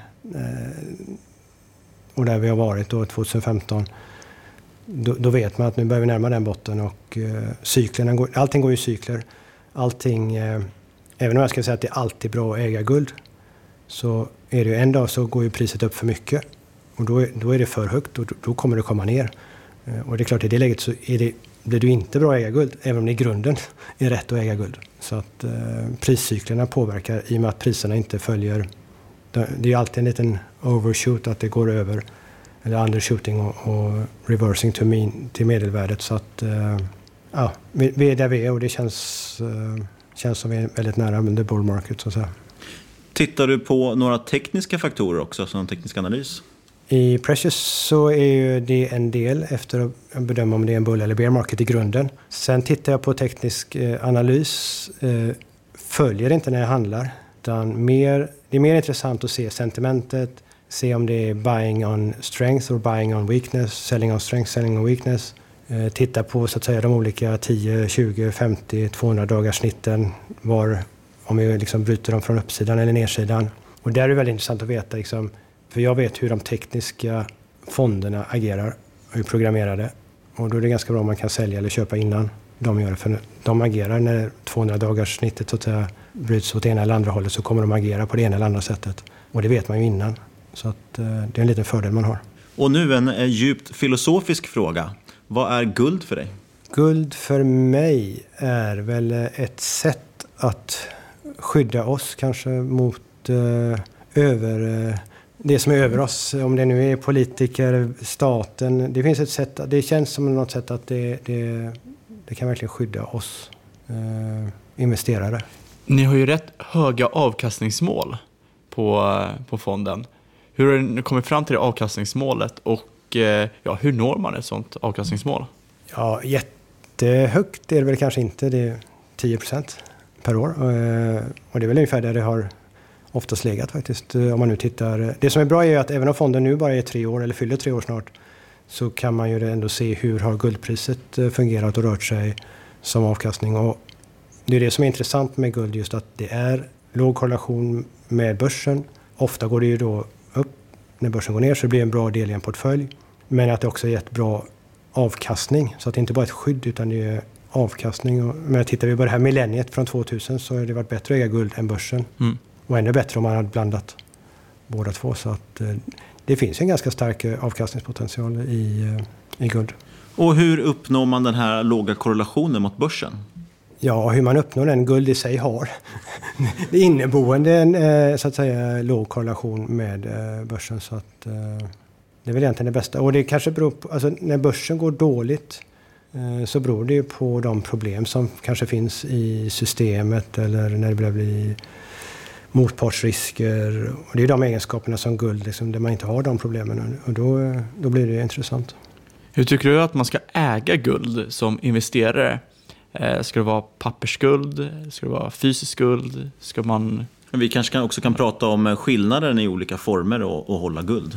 Och där vi har varit då 2015. Då vet man att nu börjar vi närma den botten och cyklerna allting går i cykler. Allting, även om jag ska säga att det är alltid bra att äga guld så är det ju en dag så går ju priset upp för mycket och då är det för högt och då kommer det komma ner. Och det är klart i det läget så blir det inte bra att äga guld även om det i grunden är rätt att äga guld. Så att priscyklerna påverkar i och med att priserna inte följer. Det är ju alltid en liten overshoot att det går över eller undershooting och reversing till medelvärdet så att ja, vi är där vi är och det känns som vi är väldigt nära the bull market så att säga. Tittar du på några tekniska faktorer också som teknisk analys? I Precious så är ju det en del efter att bedöma om det är en bull eller bear market i grunden. Sen tittar jag på teknisk analys, följer inte när jag handlar utan det är mer intressant att se sentimentet, se om det är buying on strength or buying on weakness, selling on strength, selling on weakness. Titta på så att säga de olika 10, 20, 50, 200 dagars snitten om vi liksom bryter dem från uppsidan eller nedsidan. Och där är det väldigt intressant att veta liksom, för jag vet hur de tekniska fonderna agerar och är programmerade. Och då är det ganska bra om man kan sälja eller köpa innan de gör det. För de agerar när 200 dagars snittet så att säga bryts åt ena eller andra hållet så kommer de agera på det ena eller andra sättet. Och det vet man ju innan. Så att det är en liten fördel man har. Och nu en djupt filosofisk fråga. Vad är guld för dig? Guld för mig är väl ett sätt att skydda oss kanske mot det som är över oss. Om det nu är politiker, staten. Det finns ett sätt, det känns som något sätt att det kan verkligen skydda oss investerare. Ni har ju rätt höga avkastningsmål på fonden. Hur har ni kommit fram till det avkastningsmålet och hur når man ett sånt avkastningsmål? Ja, jättehögt är det väl kanske inte. Det är 10% per år. Och det är väl ungefär där det har oftast legat faktiskt. Om man nu tittar. Det som är bra är att även om fonden nu bara är 3 år eller fyller 3 år snart så kan man ju ändå se hur har guldpriset fungerat och rört sig som avkastning. Och det är det som är intressant med guld, just att det är låg korrelation med börsen. Ofta går det ju då upp när börsen går ner, så det blir en bra del i en portfölj. Men att det också är ett bra avkastning. Så att det inte bara är ett skydd utan det är avkastning. Men tittar vi på det här millenniet från 2000 så har det varit bättre att äga guld än börsen. Och ännu bättre om man hade blandat båda två. Så att det finns en ganska stark avkastningspotential i guld. Och hur uppnår man den här låga korrelationen mot börsen? Ja, hur man uppnår den guld i sig har. Det är inneboende en så att säga låg korrelation med börsen. Så att det är väl egentligen det bästa. Och det kanske beror på, alltså när börsen går dåligt så beror det ju på de problem som kanske finns i systemet eller när det börjar bli motpartsrisker. Och det är de egenskaperna som guld, liksom, där man inte har de problemen. Och då blir det intressant. Hur tycker du att man ska äga guld som investerare? Ska det vara pappersguld? Ska det vara fysisk guld? Ska man... Vi kanske också kan prata om skillnaden i olika former och hålla guld.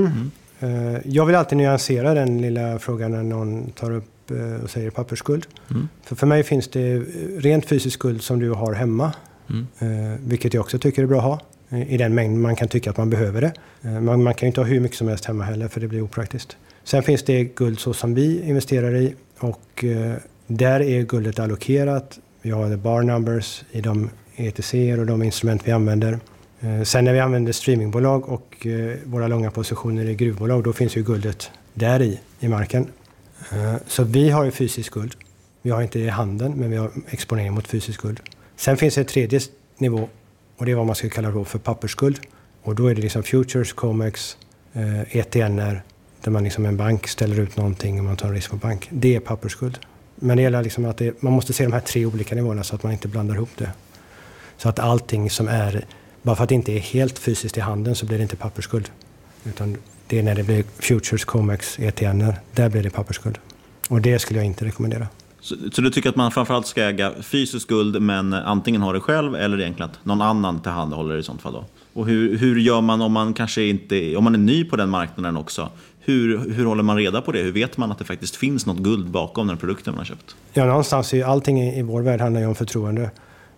Jag vill alltid nyansera den lilla frågan när någon tar upp och säger pappersguld. För mig finns det rent fysisk guld som du har hemma. Vilket jag också tycker är bra att ha. I den mängd man kan tycka att man behöver det. Man kan ju inte ha hur mycket som helst hemma heller för det blir opraktiskt. Sen finns det guld så som vi investerar i. Och där är guldet allokerat. Vi har the bar numbers i de ETC och de instrument vi använder. Sen när vi använder streamingbolag och våra långa positioner i gruvbolag, då finns ju guldet där i marken. Så vi har ju fysisk guld. Vi har inte det i handeln, men vi har exponering mot fysisk guld. Sen finns det ett tredje nivå och det är vad man ska kalla då för pappersguld. Och då är det liksom futures, COMEX, ETN:er där man liksom en bank ställer ut någonting och man tar en risk på bank. Det är pappersguld. Men det gäller liksom att man måste se de här 3 olika nivåerna så att man inte blandar ihop det. Så att allting som är, bara för att det inte är helt fysiskt i handeln så blir det inte pappersguld. Utan det är när det blir futures, COMEX, ETN:er, där blir det pappersguld. Och det skulle jag inte rekommendera. Så du tycker att man framförallt ska äga fysisk guld men antingen har det själv eller egentligen att någon annan tillhandahåller i sånt fall då? Och hur gör man om man kanske inte, om man är ny på den marknaden också? Hur håller man reda på det? Hur vet man att det faktiskt finns något guld bakom den produkten man har köpt? Ja, någonstans är allting i vår värld handlar ju om förtroende.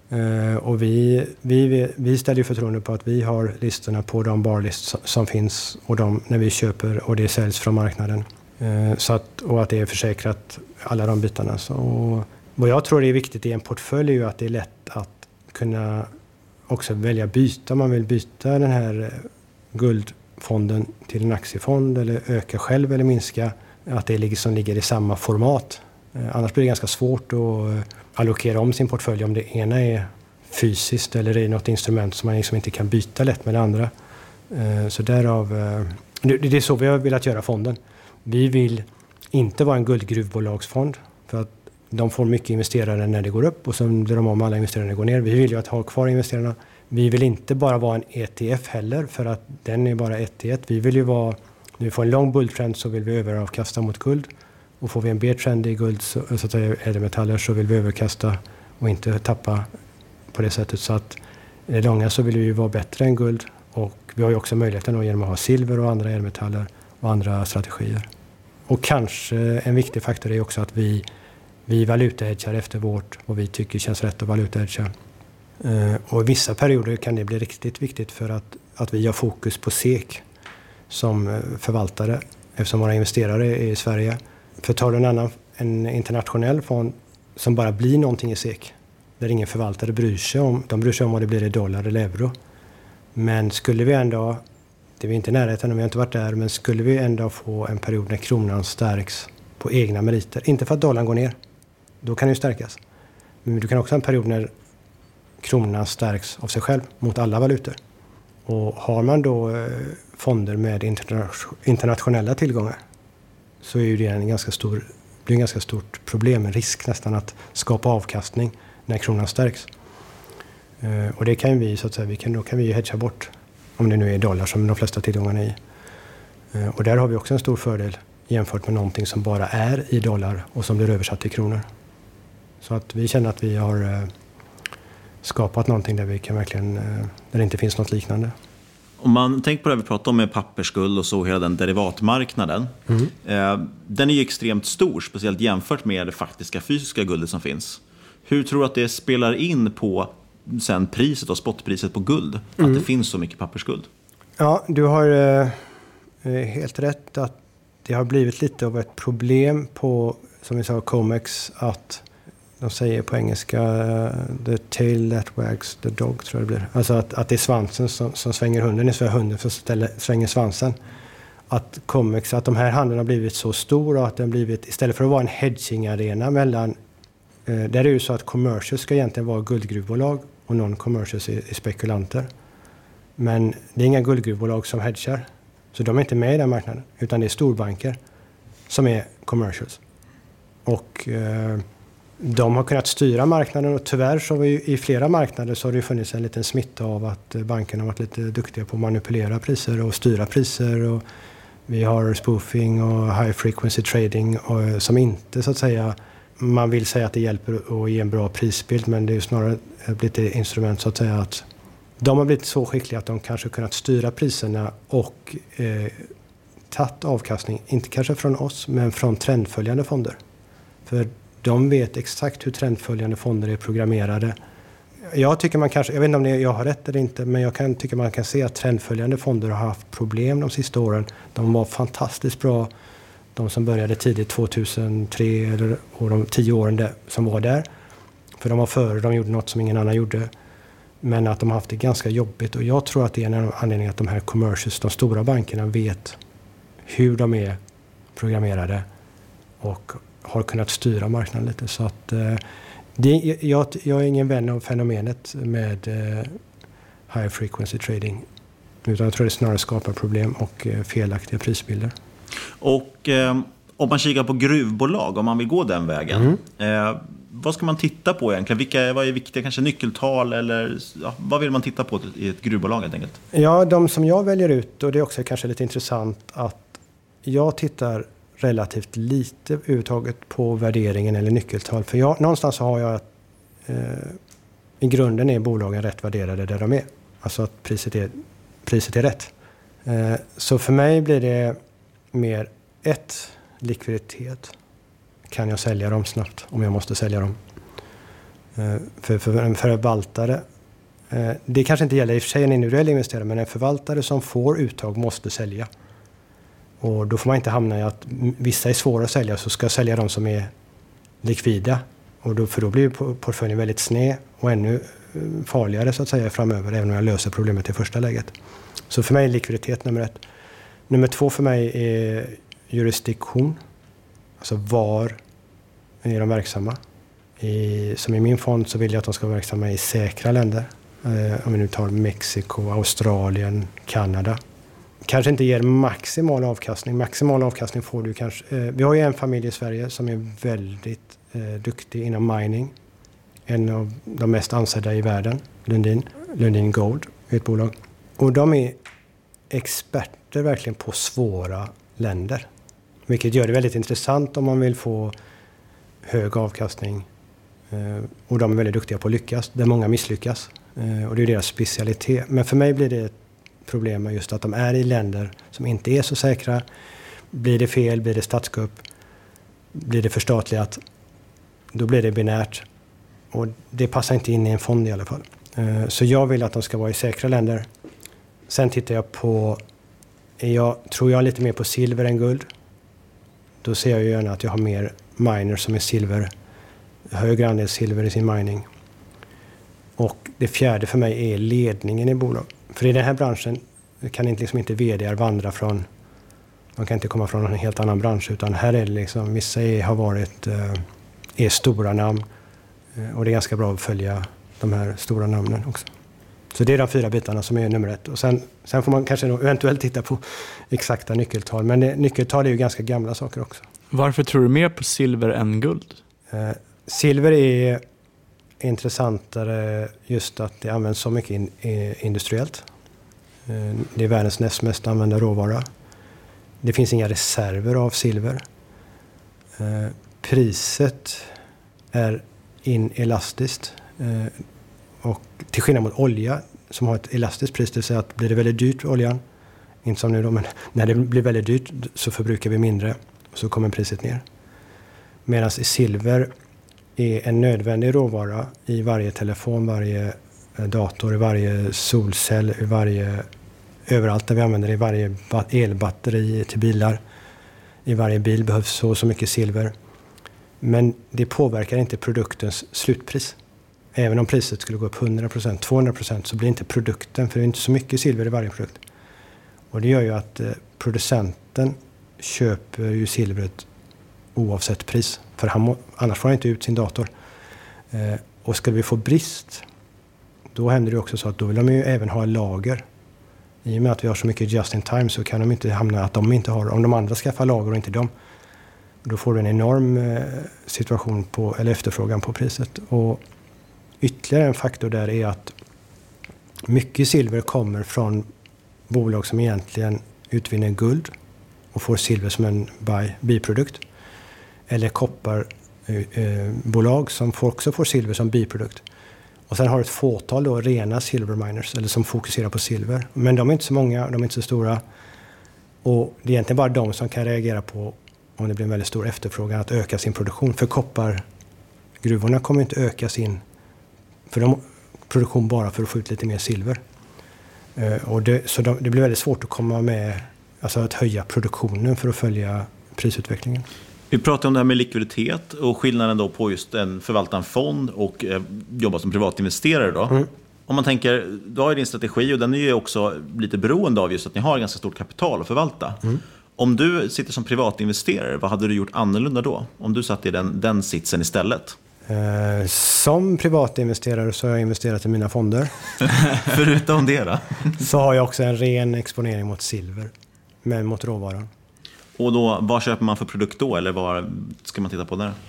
Och vi ställer ju förtroende på att vi har listorna på de barlist som finns och när vi köper och det säljs från marknaden. Och att det är försäkrat alla de bitarna. Så, vad jag tror är viktigt i en portfölj är ju att det är lätt att kunna också välja byta. Man vill byta den här guldfonden till en aktiefond eller öka själv eller minska. Att det ligger i samma format. Annars blir det ganska svårt att allokera om sin portfölj om det ena är fysiskt eller är något instrument som man liksom inte kan byta lätt med det andra. Så därav, det är så vi har velat göra fonden. Vi vill inte vara en guldgruvbolagsfond för att de får mycket investerare när det går upp och sen blir de om alla investerare när det går ner. Vi vill ju att ha kvar investerarna. Vi vill inte bara vara en ETF heller för att den är bara 1-1. Vi vill ju vara, när vi får en lång bulltrend så vill vi överavkasta mot guld. Och får vi en bear-trend i guld så att säga ädelmetaller så vill vi överkasta och inte tappa på det sättet. Så att i det långa så vill vi ju vara bättre än guld och vi har ju också möjligheten då genom att ha silver och andra ädelmetaller och andra strategier. Och kanske en viktig faktor är också att vi valutahedgar efter vad vi tycker känns rätt att valutahedga. Och i vissa perioder kan det bli riktigt viktigt för att vi har fokus på SEK som förvaltare eftersom våra investerare är i Sverige. För tar du en internationell fond som bara blir någonting i SEK där ingen förvaltare bryr sig om vad det blir i dollar eller euro. Men skulle vi ändå, det är vi inte i närheten, vi har inte varit där, men skulle vi ändå få en period när kronan stärks på egna meriter, inte för att dollarn går ner, då kan det ju stärkas. Men du kan också ha en period när kronan stärks av sig själv mot alla valutor. Och har man då fonder med internationella tillgångar så är ju det en ganska stort problem, en risk nästan att skapa avkastning när kronan stärks. Och det kan vi så att säga, då kan vi ju hedga bort om det nu är dollar som de flesta tillgångarna är i. Och där har vi också en stor fördel jämfört med någonting som bara är i dollar och som blir översatt till kronor. Så att vi känner att vi har skapat någonting där vi kan verkligen, där det inte finns något liknande. Om man tänker på det vi pratade om med pappersguld och så hela den derivatmarknaden. Den är ju extremt stor, speciellt jämfört med det faktiska fysiska guldet som finns. Hur tror du att det spelar in på sen priset och spotpriset på guld? Att det finns så mycket pappersguld? Ja, du har helt rätt att det har blivit lite av ett problem på, som vi sa, COMEX, att de säger på engelska the tail that wags the dog, tror jag det blir. Alltså att det är svansen som svänger hunden, istället för hunden som svänger svansen. Att COMEX, att de här handeln har blivit så stor och att den blivit, istället för att vara en hedging-arena mellan, där är det ju så att commercials ska egentligen vara guldgruvbolag och non-commercials är spekulanter. Men det är inga guldgruvbolag som hedgar. Så de är inte med i den marknaden, utan det är storbanker som är commercials. Och de har kunnat styra marknaden, och tyvärr så i flera marknader så har det funnits en liten smitta av att bankerna har varit lite duktiga på att manipulera priser och styra priser. Och vi har spoofing och high frequency trading som inte, så att säga, man vill säga att det hjälper att ge en bra prisbild, men det är ju snarare blivit ett instrument, så att säga, att de har blivit så skickliga att de kanske kunnat styra priserna och tagit avkastning, inte kanske från oss, men från trendföljande fonder. För de vet exakt hur trendföljande fonder är programmerade. Jag tycker man kanske, jag vet inte om jag har rätt eller inte, men jag tycker man kan se att trendföljande fonder har haft problem de sista åren. De var fantastiskt bra, de som började tidigt 2003 eller de 10 åren som var där. För de var före, de gjorde något som ingen annan gjorde. Men att de har haft det ganska jobbigt, och jag tror att det är en anledning att de här commercials, de stora bankerna, vet hur de är programmerade och har kunnat styra marknaden lite. Så att jag är ingen vän av fenomenet med high frequency trading, utan jag tror det snarare skapar problem och felaktiga prisbilder. Och om man kikar på gruvbolag, om man vill gå den vägen, vad ska man titta på egentligen? Vad är viktiga kanske nyckeltal, eller vad vill man titta på i ett gruvbolag helt enkelt? Ja, de som jag väljer ut, och det är också kanske lite intressant att jag tittar relativt lite överhuvudtaget på värderingen eller nyckeltal. För någonstans har jag att i grunden är bolagen rätt värderade där de är. Alltså att priset är rätt. Så för mig blir det mer likviditet. Kan jag sälja dem snabbt om jag måste sälja dem? För en förvaltare, det kanske inte gäller i och för sig en individuell investerare, men en förvaltare som får uttag måste sälja. Och då får man inte hamna i att vissa är svåra att sälja, så ska jag sälja de som är likvida. För då blir portföljen väldigt sned och ännu farligare, så att säga, framöver, även om jag löser problemet i första läget. Så för mig är likviditet nummer 1. Nummer 2 för mig är jurisdiktion. Alltså var är de verksamma? Som i min fond så vill jag att de ska vara verksamma i säkra länder. Om vi nu tar Mexiko, Australien, Kanada. Kanske inte ger maximal avkastning. Maximal avkastning får du kanske. Vi har ju en familj i Sverige som är väldigt duktig inom mining. En av de mest ansedda i världen, Lundin Gold, ett bolag. Och de är experter verkligen på svåra länder. Vilket gör det väldigt intressant om man vill få hög avkastning. Och de är väldigt duktiga på att lyckas, där många misslyckas. Och det är deras specialitet. Men för mig blir det ett problem med just att de är i länder som inte är så säkra. Blir det fel, blir det statskupp, blir det förstatligat, då blir det binärt. Och det passar inte in i en fond i alla fall. Så jag vill att de ska vara i säkra länder. Sen tittar jag på, tror jag lite mer på silver än guld. Då ser jag ju gärna att jag har mer miners som är silver, högre andel silver i sin mining. Och det fjärde för mig är ledningen i bolag. För i den här branschen kan inte vd:ar vandra från, de kan inte komma från en helt annan bransch, utan här är det liksom, vissa är stora namn, och det är ganska bra att följa de här stora namnen också. Så det är de 4 bitarna som är nummer 1. Och sen får man kanske eventuellt titta på exakta nyckeltal, men nyckeltal är ju ganska gamla saker också. Varför tror du mer på silver än guld? Silver är intressantare just att det används så mycket industriellt. Det är världens näst mest använda råvara. Det finns inga reserver av silver. Priset är inelastiskt. Och till skillnad mot olja som har ett elastiskt pris, det vill säga att blir det väldigt dyrt oljan, inte som nu då, men när det blir väldigt dyrt så förbrukar vi mindre och så kommer priset ner. Medan i silver är en nödvändig råvara i varje telefon, varje dator, i varje solcell, i varje överallt där vi använder det, i varje elbatteri till bilar. I varje bil behövs så mycket silver. Men det påverkar inte produktens slutpris. Även om priset skulle gå upp 100%, 200% så blir inte produkten, för det är inte så mycket silver i varje produkt. Och det gör ju att producenten köper ju silvret oavsett pris. För annars får han inte ut sin dator. Och ska vi få brist, då händer det också så att då vill de ju även ha lager. I och med att vi har så mycket just in time så kan de inte hamna att de inte har, om de andra skaffar lager och inte de. Då får du en enorm situation eller efterfrågan på priset. Och ytterligare en faktor där är att mycket silver kommer från bolag som egentligen utvinner guld och får silver som en biprodukt. Eller kopparbolag som också får silver som biprodukt. Och sen har ett fåtal då rena silver miners, eller som fokuserar på silver. Men de är inte så många, de är inte så stora. Och det är egentligen bara de som kan reagera på, om det blir en väldigt stor efterfrågan, att öka sin produktion. För koppargruvorna kommer inte öka sin produktion bara för att få ut lite mer silver. Så det blir väldigt svårt att komma med, alltså att höja produktionen för att följa prisutvecklingen. Vi pratar om det här med likviditet och skillnaden då på just förvalta en fond och jobba som privatinvesterare då. Mm. Om man tänker, du har ju din strategi och den är ju också lite beroende av just att ni har ganska stort kapital att förvalta. Mm. Om du sitter som privatinvesterare, vad hade du gjort annorlunda då? Om du satt i den sitsen istället? Som privatinvesterare så har jag investerat i mina fonder. Förutom det då? Så har jag också en ren exponering mot silver, men mot råvaran. Och då, vad köper man för produkt då? Eller vad ska man titta på där?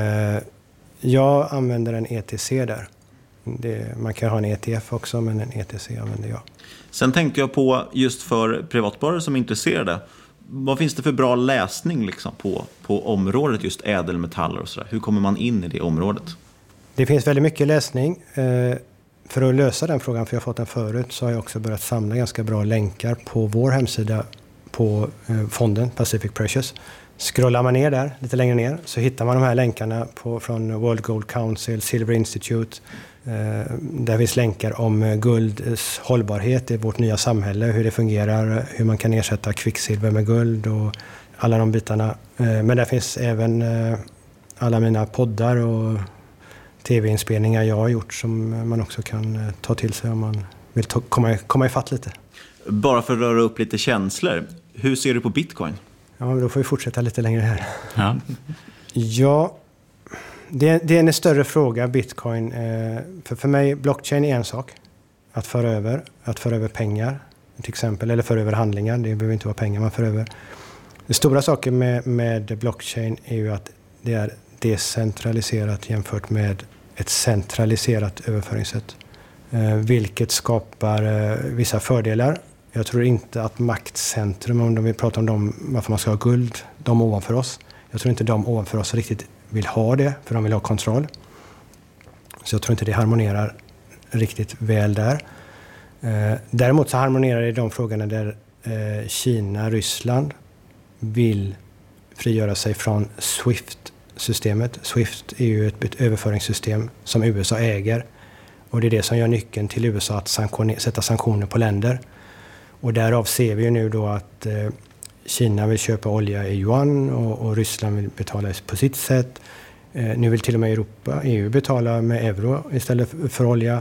Jag använder en ETC där. Man kan ha en ETF också, men en ETC använder jag. Sen tänkte jag på, just för privatsparare som är intresserade, vad finns det för bra läsning liksom på området just ädelmetaller och sådär? Hur kommer man in i det området? Det finns väldigt mycket läsning. För att lösa den frågan, för jag har fått den förut, så har jag också börjat samla ganska bra länkar på vår hemsida på fonden Pacific Precious. Scrollar man ner där, lite längre ner, så hittar man de här länkarna från World Gold Council, Silver Institute. Där finns länkar om gulds hållbarhet i vårt nya samhälle, hur det fungerar, hur man kan ersätta kvicksilver med guld och alla de bitarna. Men där finns även alla mina poddar och tv-inspelningar jag har gjort som man också kan ta till sig om man vill komma ifatt lite. Bara för att röra upp lite känslor, hur ser du på Bitcoin? Ja, då får vi fortsätta lite längre här. Ja, det är en större fråga, Bitcoin. För mig, blockchain är en sak. Att föra över pengar till exempel, eller föra över handlingar. Det behöver inte vara pengar man för över. Det stora saken med blockchain är ju att det är decentraliserat jämfört med ett centraliserat överföringssätt. Vilket skapar vissa fördelar. Jag tror inte att maktcentrum, om vi pratar om varför man ska ha guld, de ovanför oss. Jag tror inte de ovanför oss riktigt vill ha det, för de vill ha kontroll. Så jag tror inte det harmonerar riktigt väl där. Däremot så harmonerar det i de frågorna där Kina, Ryssland vill frigöra sig från SWIFT-systemet. SWIFT är ju ett överföringssystem som USA äger. Och det är det som gör nyckeln till USA att sätta sanktioner på länder. Och därav ser vi ju nu då att Kina vill köpa olja i yuan och Ryssland vill betala på sitt sätt. Nu vill till och med EU betala med euro istället för olja.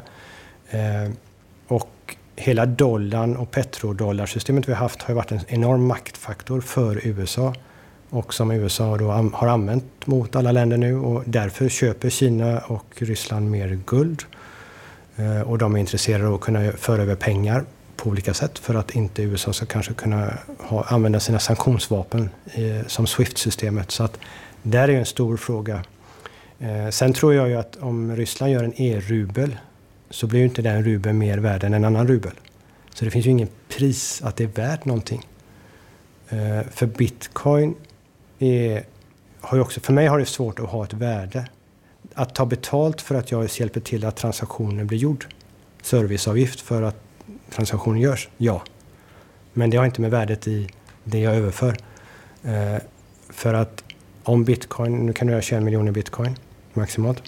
Och hela dollarn och petrodollarsystemet vi har haft har ju varit en enorm maktfaktor för USA. Och som USA då har använt mot alla länder nu. Och därför köper Kina och Ryssland mer guld. Och de är intresserade av att kunna föra över pengar på olika sätt för att inte USA ska kanske kunna använda sina sanktionsvapen som SWIFT-systemet. Så att där är en stor fråga. Sen tror jag ju att om Ryssland gör en e-rubel så blir ju inte den rubeln mer värd än en annan rubel. Så det finns ju ingen pris att det är värt någonting. För Bitcoin har ju också, för mig har det svårt att ha ett värde. Att ta betalt för att jag hjälper till att transaktionen blir gjord. Serviceavgift för att transaktionen görs, ja. Men det har inte med värdet i det jag överför. För att om Bitcoin, nu kan du göra 21 miljoner Bitcoin maximalt.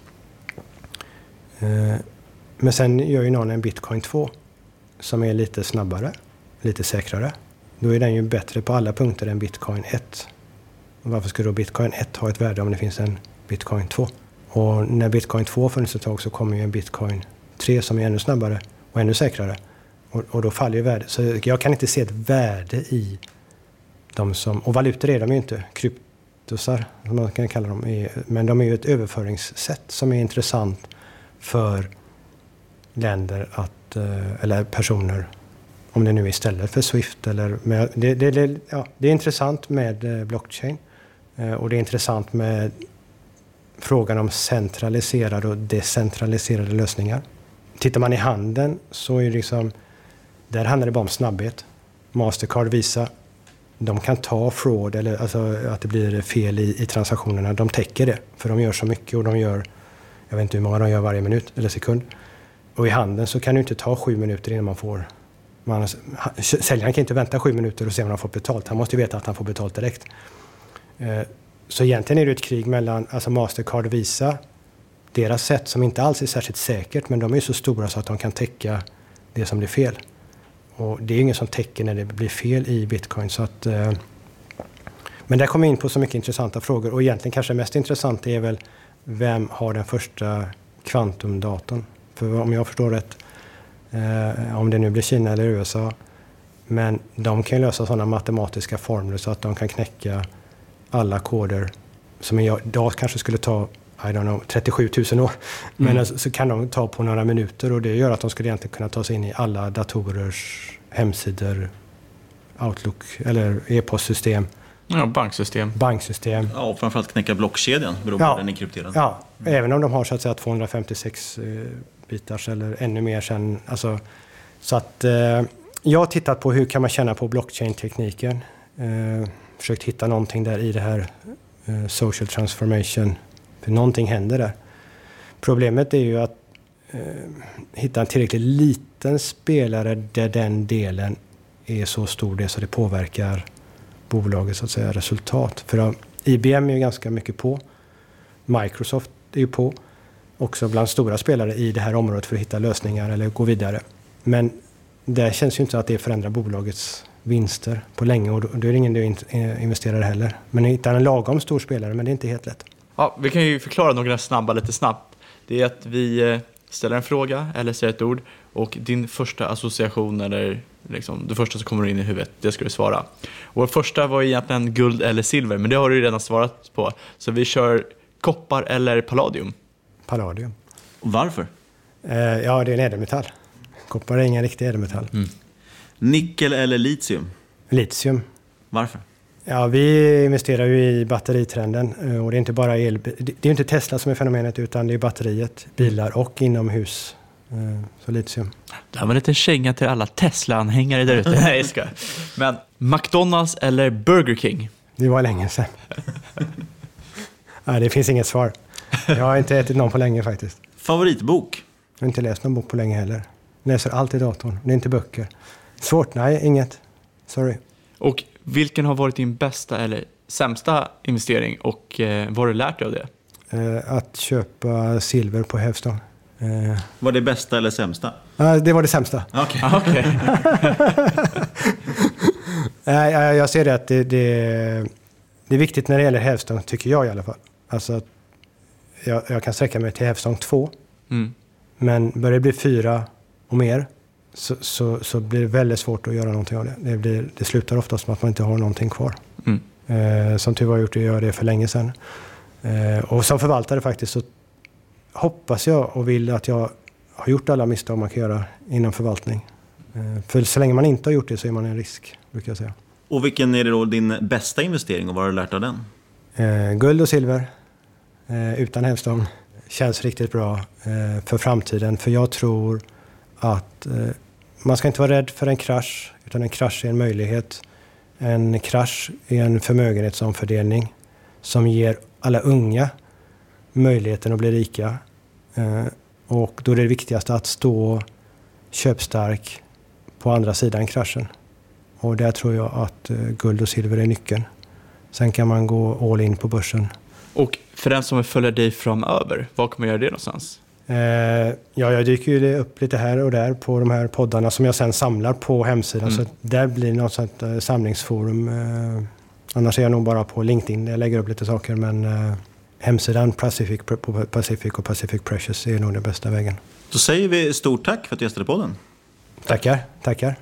Men sen gör ju någon en Bitcoin 2 som är lite snabbare. lite säkrare. Då är den ju bättre på alla punkter än Bitcoin 1. Varför skulle då Bitcoin 1 ha ett värde om det finns en Bitcoin 2? Och när Bitcoin 2 funnits ett tag så kommer ju en Bitcoin 3 som är ännu snabbare och ännu säkrare. Och då faller ju värdet. Så jag kan inte se ett värde i de som... Och valutor är de ju inte. Kryptosar, som man kan kalla dem. Men de är ju ett överföringssätt som är intressant för länder eller personer. Om det nu är istället för Swift. Det är intressant med blockchain. Och det är intressant med frågan om centraliserade och decentraliserade lösningar. Tittar man i handeln så är det liksom... Där handlar det bara om snabbhet. Mastercard, Visa, de kan ta fraud eller alltså att det blir fel i transaktionerna. De täcker det, för de gör så mycket och de gör, jag vet inte hur många de gör varje minut eller sekund. Och i handeln så kan du inte ta 7 minuter innan man får... Säljaren kan inte vänta 7 minuter och se om han har fått betalt. Han måste ju veta att han får betalt direkt. Så egentligen är det ett krig mellan Mastercard och Visa. Deras sätt som inte alls är särskilt säkert, men de är så stora så att de kan täcka det som blir fel. Och det är ingen som täcker när det blir fel i Bitcoin. Så att, men där kommer in på så mycket intressanta frågor. Och egentligen kanske det mest intressanta är väl vem har den första kvantumdatorn. För om jag förstår rätt, om det nu blir Kina eller USA, men de kan lösa sådana matematiska formler så att de kan knäcka alla koder som idag kanske skulle ta 37 000 år. Men så kan de ta på några minuter, och det gör att de skulle egentligen kunna ta sig in i alla datorers hemsidor, Outlook eller e-postsystem. Ja, banksystem. Ja, och framförallt knäcka blockkedjan beroende på den är krypterad. Ja, även om de har så att säga 256 bitars eller ännu mer sen. Alltså, så att jag har tittat på hur kan man känna på blockchain-tekniken. Försökt hitta någonting där i det här social transformation. För någonting händer där. Problemet är ju att hitta en tillräckligt liten spelare där den delen är så stor det så det påverkar bolagets så att säga resultat. För IBM är ju ganska mycket på. Microsoft är ju på. Också bland stora spelare i det här området för att hitta lösningar eller gå vidare. Men det känns ju inte att det förändrar bolagets vinster på länge, och då är det ingen du investerar heller. Men hittar en lagom stor spelare, men det är inte helt lätt. Ja, vi kan ju förklara några lite snabbt. Det är att vi ställer en fråga eller säger ett ord, och din första association eller liksom, det första som kommer in i huvudet, det ska du svara. Och första var egentligen guld eller silver, men det har du ju redan svarat på. Så vi kör koppar eller palladium. Palladium. Och varför? Ja, det är en ädelmetall. Koppar är ingen riktig ädelmetall. Nickel eller litium? Litium. Varför? Ja, vi investerar ju i batteritrenden, och det är inte bara det är inte Tesla som är fenomenet, utan det är batteriet, bilar och inomhus. Så litium. Det här var en liten känga till alla Tesla-anhängare där ute. Nej, jag ska. Men McDonald's eller Burger King? Det var länge sedan. Nej, det finns inget svar. Jag har inte ätit någon på länge faktiskt. Favoritbok? Jag har inte läst någon bok på länge heller. Jag läser allt i datorn. Det är inte böcker. Svårt? Nej, inget. Sorry. Och vilken har varit din bästa eller sämsta investering, och vad har du lärt dig av det? Att köpa silver på Hävstång. Var det bästa eller sämsta? Det var det sämsta. Okej. Jag ser det att det är viktigt när det gäller Hävstång, tycker jag i alla fall. Alltså att jag kan sträcka mig till Hävstång 2. Men börjar det bli 4 och mer så blir det väldigt svårt att göra någonting av det. Det slutar oftast med att man inte har någonting kvar. Som tur var gjort, gör det för länge sedan. Och som förvaltare faktiskt så hoppas jag och vill att jag har gjort alla misstag man kan göra inom förvaltning. För så länge man inte har gjort det så är man en risk, brukar jag säga. Och vilken är det då din bästa investering, och vad har du lärt av den? Guld och silver utan Hävstång känns riktigt bra för framtiden. För jag tror att man ska inte vara rädd för en krasch, utan en krasch är en möjlighet. En krasch är en förmögenhetsomfördelning som ger alla unga möjligheten att bli rika. Och då är det viktigaste att stå köpstark på andra sidan kraschen. Och där tror jag att guld och silver är nyckeln. Sen kan man gå all in på börsen. Och för den som följer dig framöver, vad kommer göra det någonstans? Jag dyker ju upp lite här och där på de här poddarna som jag sen samlar på hemsidan. Så där blir det något sånt samlingsforum. Annars är jag nog bara på LinkedIn. Jag lägger upp lite saker, men hemsidan Pacific och Pacific Precious är nog den bästa vägen. Så säger vi stort tack för att du gästade podden. Tackar.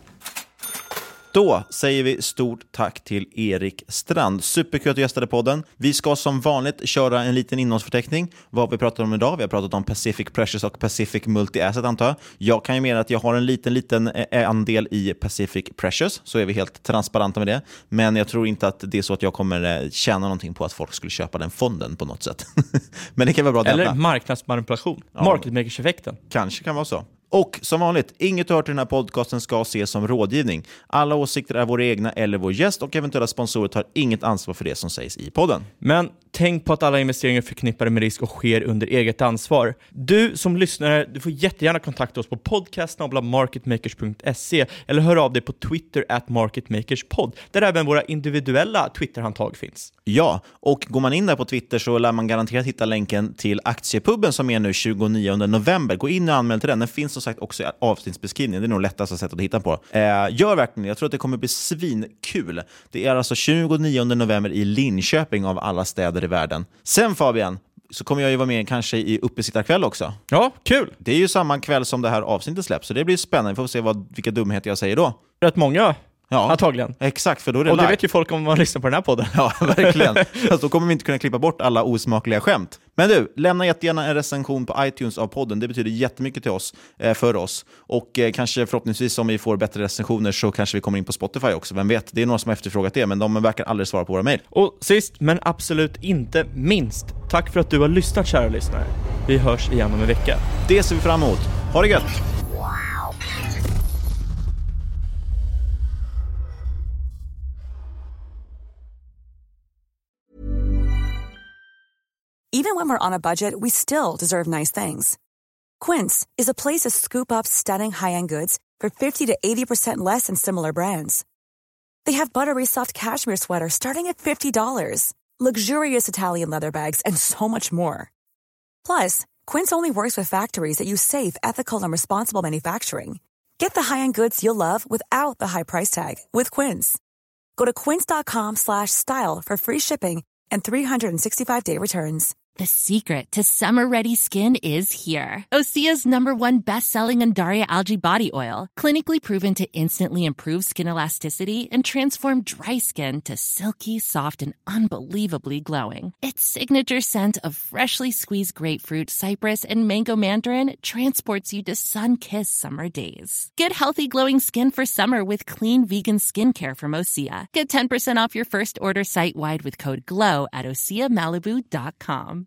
Då säger vi stort tack till Erik Strand. Superkul att du gästade podden. Vi ska som vanligt köra en liten innehållsförteckning. Vad vi pratar om idag. Vi har pratat om Pacific Precious och Pacific Multi-Asset, antar jag. Jag kan ju mena att jag har en liten andel i Pacific Precious. Så är vi helt transparenta med det. Men jag tror inte att det är så att jag kommer tjäna någonting på att folk skulle köpa den fonden på något sätt. Men det kan vara bra att eller marknadsmanipulation. Ja. Market makers-effekten. Kanske kan vara så. Och som vanligt, inget du hört i den här podcasten ska ses som rådgivning. Alla åsikter är våra egna eller vår gäst och eventuella sponsorer tar inget ansvar för det som sägs i podden. Men tänk på att alla investeringar är förknippade med risk och sker under eget ansvar. Du som lyssnare, du får jättegärna kontakta oss på podcast@marketmakers.se eller hör av dig på Twitter @marketmakerspod, där även våra individuella Twitter-handtag finns. Ja, och går man in där på Twitter så lär man garanterat hitta länken till aktiepubben som är nu 29 november. Gå in och anmäl till den. Den finns som sagt också i avsnittsbeskrivningen. Det är nog lättaste sättet att hitta på. Gör verkligen. Jag tror att det kommer bli svinkul. Det är alltså 29 november i Linköping av alla städer i världen. Sen Fabian, så kommer jag ju vara med kanske i Uppesittarkväll också. Ja, kul! Det är ju samma kväll som det här avsnittet släpps, så det blir spännande. Vi får se vilka dumheter jag säger då. Rätt många. Ja, antagligen. Exakt, för då är det och det live. vet ju folk om man lyssnar på den här podden. Ja, verkligen. Alltså, då kommer vi inte kunna klippa bort alla osmakliga skämt. Men du, lämna jättegärna en recension på iTunes av podden. Det betyder jättemycket till oss, för oss. Och kanske förhoppningsvis om vi får bättre recensioner så kanske vi kommer in på Spotify också. Vem vet, det är några som har efterfrågat det, men de verkar aldrig svara på våra mejl. Och sist, men absolut inte minst, tack för att du har lyssnat, kära lyssnare. Vi hörs igen om en vecka. Det ser vi fram emot. Ha det gött! Even when we're on a budget, we still deserve nice things. Quince is a place to scoop up stunning high-end goods for 50 to 80% less than similar brands. They have buttery soft cashmere sweaters starting at $50, luxurious Italian leather bags, and so much more. Plus, Quince only works with factories that use safe, ethical, and responsible manufacturing. Get the high-end goods you'll love without the high price tag with Quince. Go to quince.com/style for free shipping and 365-day returns. The secret to summer-ready skin is here. Osea's #1 best-selling Andaria Algae Body Oil. Clinically proven to instantly improve skin elasticity and transform dry skin to silky, soft, and unbelievably glowing. Its signature scent of freshly squeezed grapefruit, cypress, and mango mandarin transports you to sun-kissed summer days. Get healthy, glowing skin for summer with clean, vegan skincare from Osea. Get 10% off your first order site-wide with code GLOW at OseaMalibu.com.